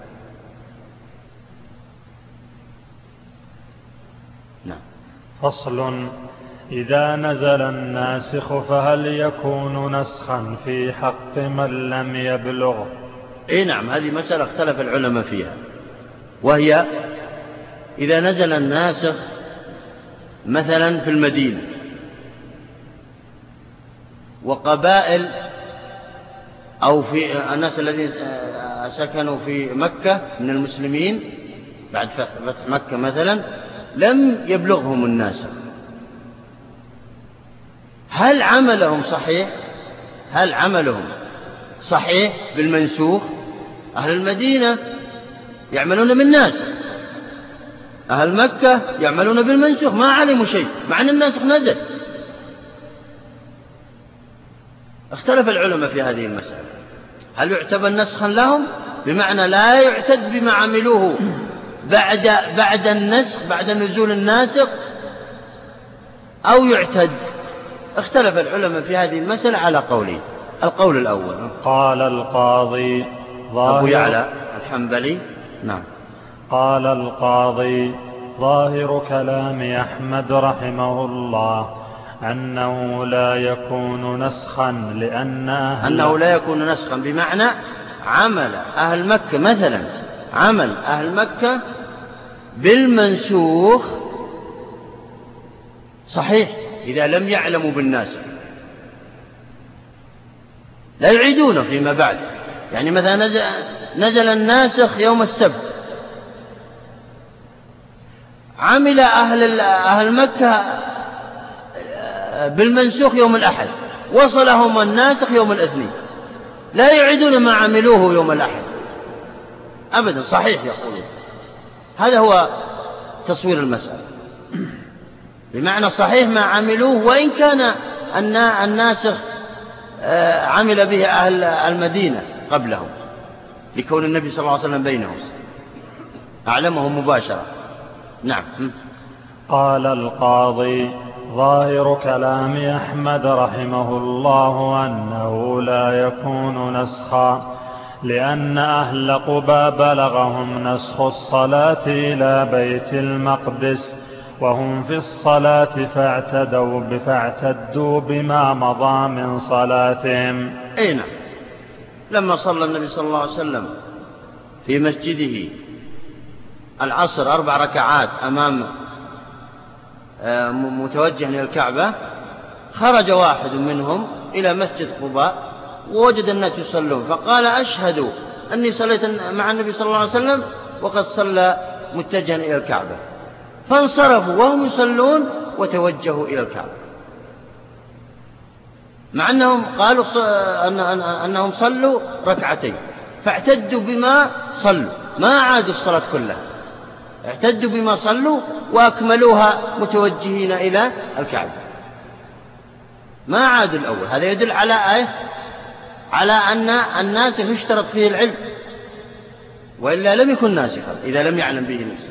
S1: نعم.
S3: فصل: إذا نزل الناسخ فهل يكون نسخا في حق من لم يبلغ؟
S1: إيه نعم، هذه مسألة اختلف العلماء فيها، وهي إذا نزل الناسخ مثلا في المدينة وقبائل أو في الناس الذين سكنوا في مكة من المسلمين بعد فتح مكة مثلا لم يبلغهم الناسخ، هل عملهم صحيح؟ هل عملهم صحيح بالمنسوخ؟ أهل المدينة يعملون بالناسخ، أهل مكة يعملون بالمنسوخ، ما علموا شيء مع أن الناسخ نزل. اختلف العلماء في هذه المسألة، هل يعتبر نسخا لهم بمعنى لا يعتد بما عملوه بعد بعد النسخ بعد نزول الناسخ أو يعتد؟ اختلف العلماء في هذه المسألة على قولين. القول الأول
S3: قال القاضي ظاهر
S1: أبو يعلى الحنبلي. نعم.
S3: قال القاضي ظاهر كلام أحمد رحمه الله أنه لا يكون نسخا لأن أهل
S1: أنه لا يكون نسخا بمعنى عمل أهل مكة مثلا عمل أهل مكة بالمنسوخ صحيح إذا لم يعلموا بالناسخ، لا يعيدونه فيما بعد. يعني مثلا نزل, نزل الناسخ يوم السبت، عمل أهل, أهل مكة بالمنسوخ يوم الأحد، وصلهم الناسخ يوم الاثنين، لا يعيدون ما عملوه يوم الأحد أبدا، صحيح يقولون. هذا هو تصوير المسألة، بمعنى صحيح ما عملوه وإن كان الناسخ عمل به أهل المدينة قبلهم لكون النبي صلى الله عليه وسلم بينهم أعلمهم مباشرة. نعم.
S3: قال القاضي ظاهر كلام أحمد رحمه الله أنه لا يكون نسخا لأن أهل قبى بلغهم نسخ الصلاة إلى بيت المقدس وهم في الصلاة فاعتدوا فاعتدوا بما مضى من صلاتهم.
S1: أي نعم. لما صلى النبي صلى الله عليه وسلم في مسجده العصر أربع ركعات أمام متوجه إلى الكعبة، خرج واحد منهم إلى مسجد قباء ووجد الناس يصلون، فقال أشهد أني صليت مع النبي صلى الله عليه وسلم وقد صلى متجها إلى الكعبة، فانصرفوا وهم يصلون وتوجهوا إلى الكعبة، مع أنهم قالوا أنهم صلوا ركعتين، فاعتدوا بما صلوا، ما عادوا الصلاة كلها، اعتدوا بما صلوا وأكملوها متوجهين إلى الكعبة، ما عادوا الأول. هذا يدل على آية على أن الناسخ يشترط فيه العلم، وإلا لم يكن ناسخا إذا لم يعلم به الناس.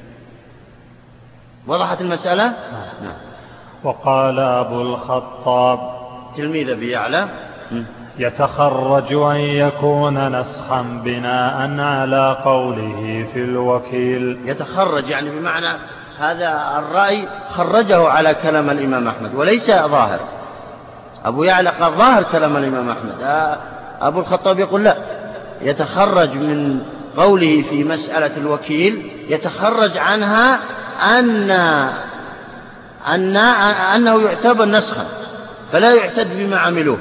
S1: وضحت المسألة؟ نعم.
S3: وقال أبو الخطاب
S1: تلميذ أبي يعلى
S3: يتخرج أن يكون نسخا بناء على قوله في الوكيل.
S1: يتخرج يعني بمعنى هذا الرأي خرجه على كلام الإمام أحمد وليس ظاهر. أبو يعلى قال ظاهر كلام الإمام أحمد، أبو الخطاب يقول لا، يتخرج من قوله في مسألة الوكيل، يتخرج عنها أن أن أنه يعتبر نسخا فلا يعتد بما عملوه.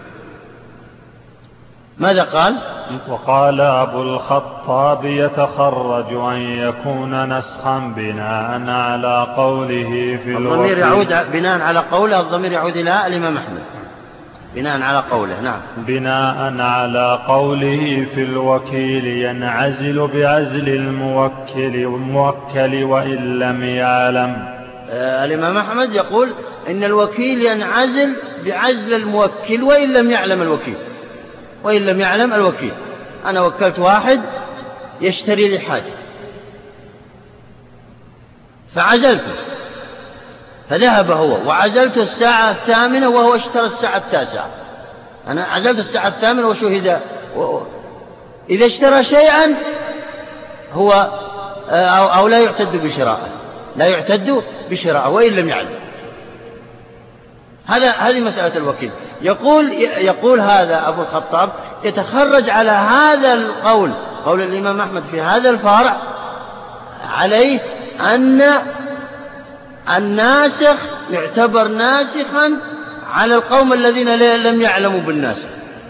S1: ماذا قال؟
S3: وقال أبو الخطاب يتخرج أن يكون نسخا بناء على قوله في الوكيل.
S1: الضمير يعود بناء على قوله، الضمير يعود إلى الإمام أحمد بناء على قوله. نعم.
S3: بناء على قوله في الوكيل ينعزل بعزل الموكل الموكل وإن لم يعلم.
S1: آه الإمام أحمد يقول إن الوكيل ينعزل بعزل الموكل وإن لم يعلم الوكيل، وإن لم يعلم الوكيل. أنا وكلت واحد يشتري لي حاجة فعزلته، فذهب هو وعزلته الساعة الثامنة وهو اشترى الساعة التاسعة. أنا عزلت الساعة الثامنة وشهد و... إذا اشترى شيئا هو أو, أو لا يعتد بشراءه، لا يعتد بشراءه وإن لم يعلم. هذا هذه مسألة الوكيل. يقول يقول هذا أبو الخطاب يتخرج على هذا القول، قول الإمام أحمد في هذا الفرع، عليه أن الناسخ يعتبر ناسخا على القوم الذين لم يعلموا بالناسخ،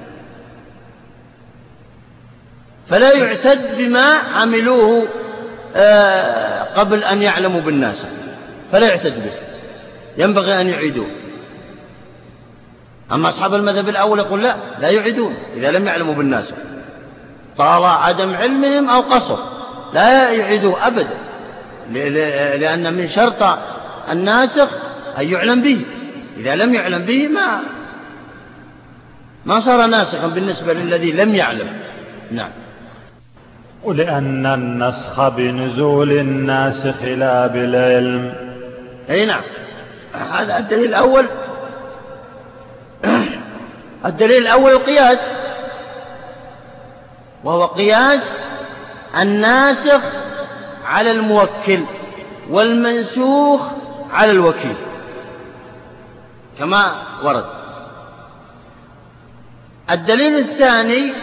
S1: فلا يعتد بما عملوه قبل أن يعلموا بالناسخ، فلا يعتد به، ينبغي أن يعيدوه. أما أصحاب المذهب الأول يقول لا لا يعيدون إذا لم يعلموا بالناسخ، طال عدم علمهم أو قصر لا يعيدوه أبدا، لأن من شرط الناسخ أن يعلم به، إذا لم يعلم به ما ما صار ناسخا بالنسبة للذي لم يعلم. نعم.
S3: ولأن النسخ بنزول الناسخ لا بالعلم.
S1: أي نعم. هذا الدليل الأول. الدليل الأول القياس، وهو قياس الناسخ على الموكل والمنسوخ على الوكيل كما ورد. الدليل الثاني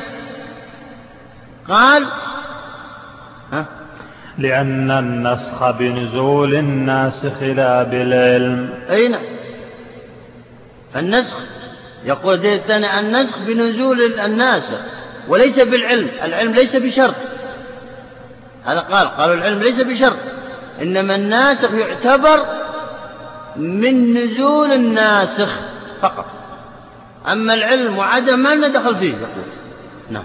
S1: قال ها؟
S3: لأن النسخ بنزول الناسخ لا بالعلم.
S1: أي نعم. النسخ يقول الدليل الثاني النسخ بنزول الناسخ وليس بالعلم، العلم ليس بشرط. هذا قال قالوا العلم ليس بشرط، إنما الناسخ يعتبر من نزول الناسخ فقط، أما العلم وعدم ما لنا دخل فيه. يقول نعم.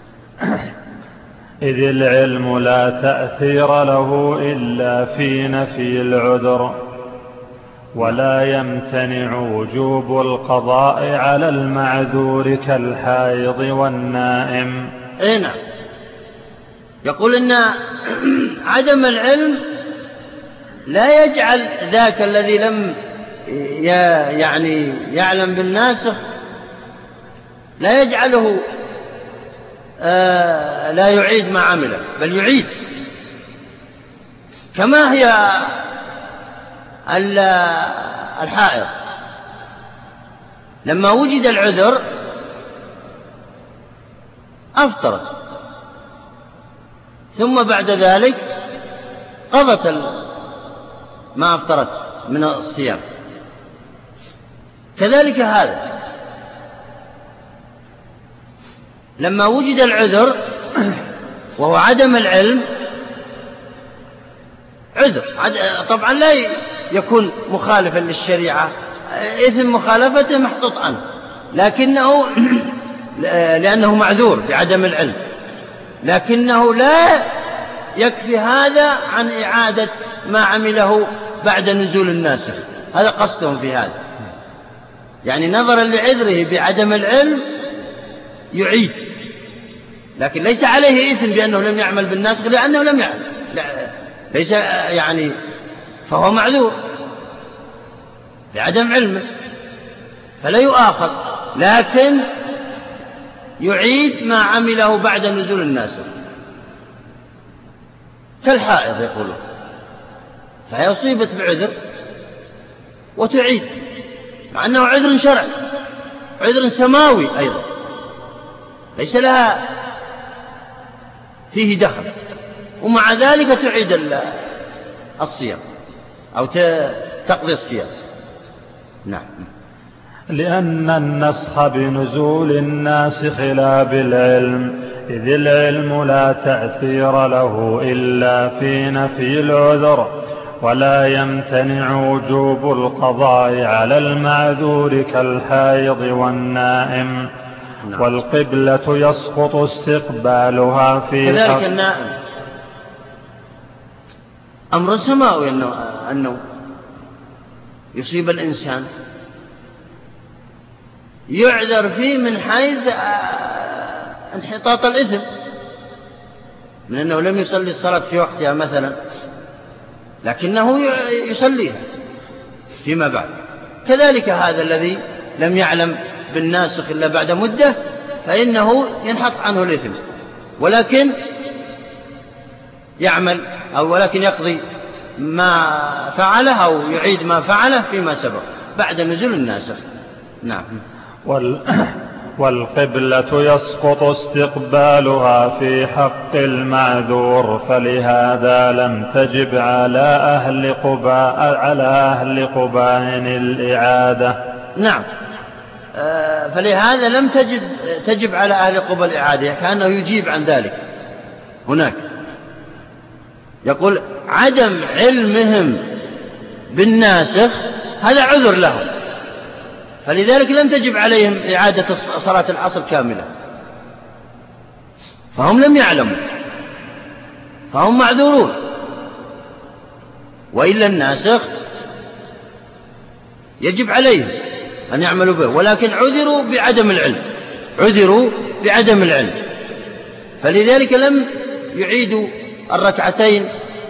S3: إذ العلم لا تأثير له إلا في نفي العذر، ولا يمتنع وجوب القضاء على المعذور كالحائض والنائم.
S1: اي نعم. يقول إن عدم العلم لا يجعل ذاك الذي لم يعني يعلم بالناسخ لا يجعله آه لا يعيد ما عمله، بل يعيد. كما هي الحائض لما وجد العذر أفطرت، ثم بعد ذلك قضت ما أفطرت من الصيام. كذلك هذا لما وجد العذر وهو عدم العلم، عذر طبعا لا يكون مخالفا للشريعة، إثم مخالفته محطوط عنه، لكنه لأنه معذور بعدم العلم، لكنه لا يكفي هذا عن إعادة ما عمله بعد نزول الناسخ. هذا قصدهم في هذا، يعني نظرا لعذره بعدم العلم يعيد، لكن ليس عليه إثم بأنه لم يعمل بالناسخ لأنه لم يعمل، ليس يعني فهو معذور بعدم علمه فلا يؤاخذ، لكن يعيد ما عمله بعد نزول الناسخ كالحائض يقولون، فهي أصيبت بعذر وتعيد مع أنه عذر شرعي، عذر سماوي أيضا ليس لها فيه دخل، ومع ذلك تعيد الصيام أو تقضي الصيام. نعم.
S3: لأن النسخ بنزول الناسخ لا بالعلم، إذ العلم لا تأثير له إلا في نفي العذر، ولا يمتنع وجوب القضاء على المعذور كالحائض والنائم. نعم. والقبلة يسقط استقبالها في
S1: كذلك النائم أمر سماوي، أنه, أنه يصيب الإنسان يعذر فيه من حيث انحطاط الإثم، من أنه لم يصلي الصلاة في وقتها مثلا، لكنه يصليها فيما بعد. كذلك هذا الذي لم يعلم بالناسخ إلا بعد مدة فإنه ينحط عنه الإثم، ولكن يعمل أو ولكن يقضي ما فعله أو يعيد ما فعله فيما سبق بعد نزول الناسخ. نعم.
S3: وال... والقبلة يسقط استقبالها في حق المعذور، فلهذا لم تجب على أهل قباء على أهل قباء الإعادة.
S1: نعم. آه فلهذا لم تجب تجب على أهل قباء الإعادة، كأنه يجيب عن ذلك هناك، يقول عدم علمهم بالناسخ هذا عذر لهم، فلذلك لم تجب عليهم إعادة صلاة العصر كاملة، فهم لم يعلموا فهم معذورون، وإلا الناسخ يجب عليهم أن يعملوا به، ولكن عذروا بعدم العلم عذروا بعدم العلم فلذلك لم يعيدوا الركعتين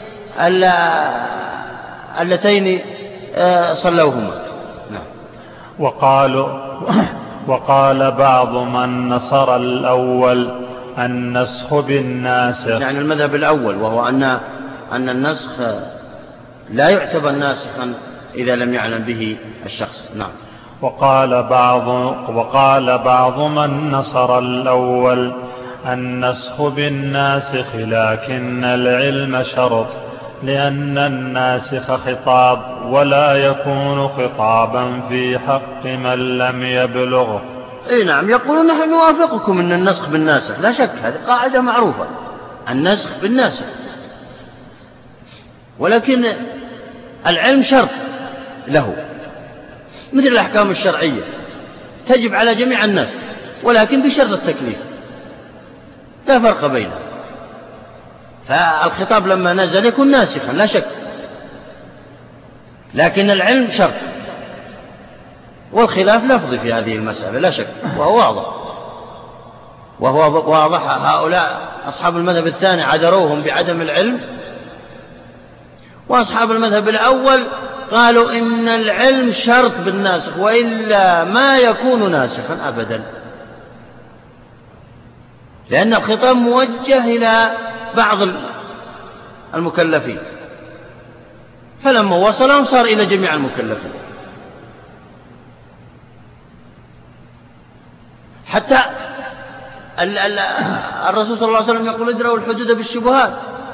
S1: اللتين صلوهما. نعم.
S3: وقالوا وقال بعض من نصر الأول النسخ بالناسخ،
S1: يعني المذهب الأول وهو أن أن النسخ لا يعتبر ناسخا إذا لم يعلم به الشخص. نعم.
S3: وقال بعض وقال بعض من نصر الأول النسخ بالناسخ، لكن العلم شرط، لأن الناسخ خطاب ولا يكون خطابا في حق من لم يبلغه.
S1: اي نعم. يقولون نحن نوافقكم أن النسخ بالناسخ، لا شك هذه قاعدة معروفة، النسخ بالناسخ، ولكن العلم شرط له، مثل الأحكام الشرعية تجب على جميع الناس ولكن بشرط التكليف، لا فرق بينه، فالخطاب لما نزل يكون ناسخا لا شك، لكن العلم شرط، والخلاف لفظي في هذه المسألة لا شك، وهو واضح وهو واضح. هؤلاء أصحاب المذهب الثاني عذروهم بعدم العلم، وأصحاب المذهب الأول قالوا إن العلم شرط بالناسخ وإلا ما يكون ناسخا أبدا، لأن الخطاب موجه إلى بعض المكلفين، فلما وصلهم صار إلى جميع المكلفين، حتى الرسول صلى الله عليه وسلم يقول ادرأوا الحدود بالشبهات،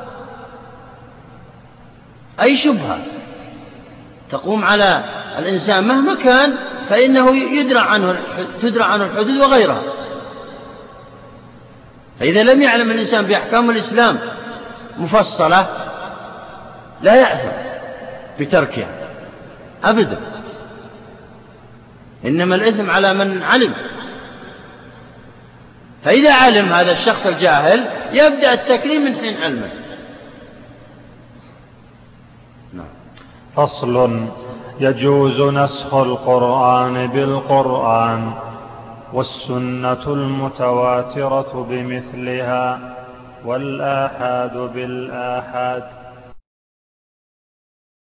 S1: أي شبهة تقوم على الإنسان مهما كان فإنه يدرى عنه تدرى عنه الحدود وغيرها، فإذا لم يعلم الإنسان بأحكام الإسلام مفصلة لا يأثم بتركها أبدا، إنما الإثم على من علم. فإذا علم هذا الشخص الجاهل يبدأ التكليف من حين علمه.
S3: فصل: يجوز نسخ القرآن بالقرآن والسنة المتواترة بمثلها والآحاد بالآحاد.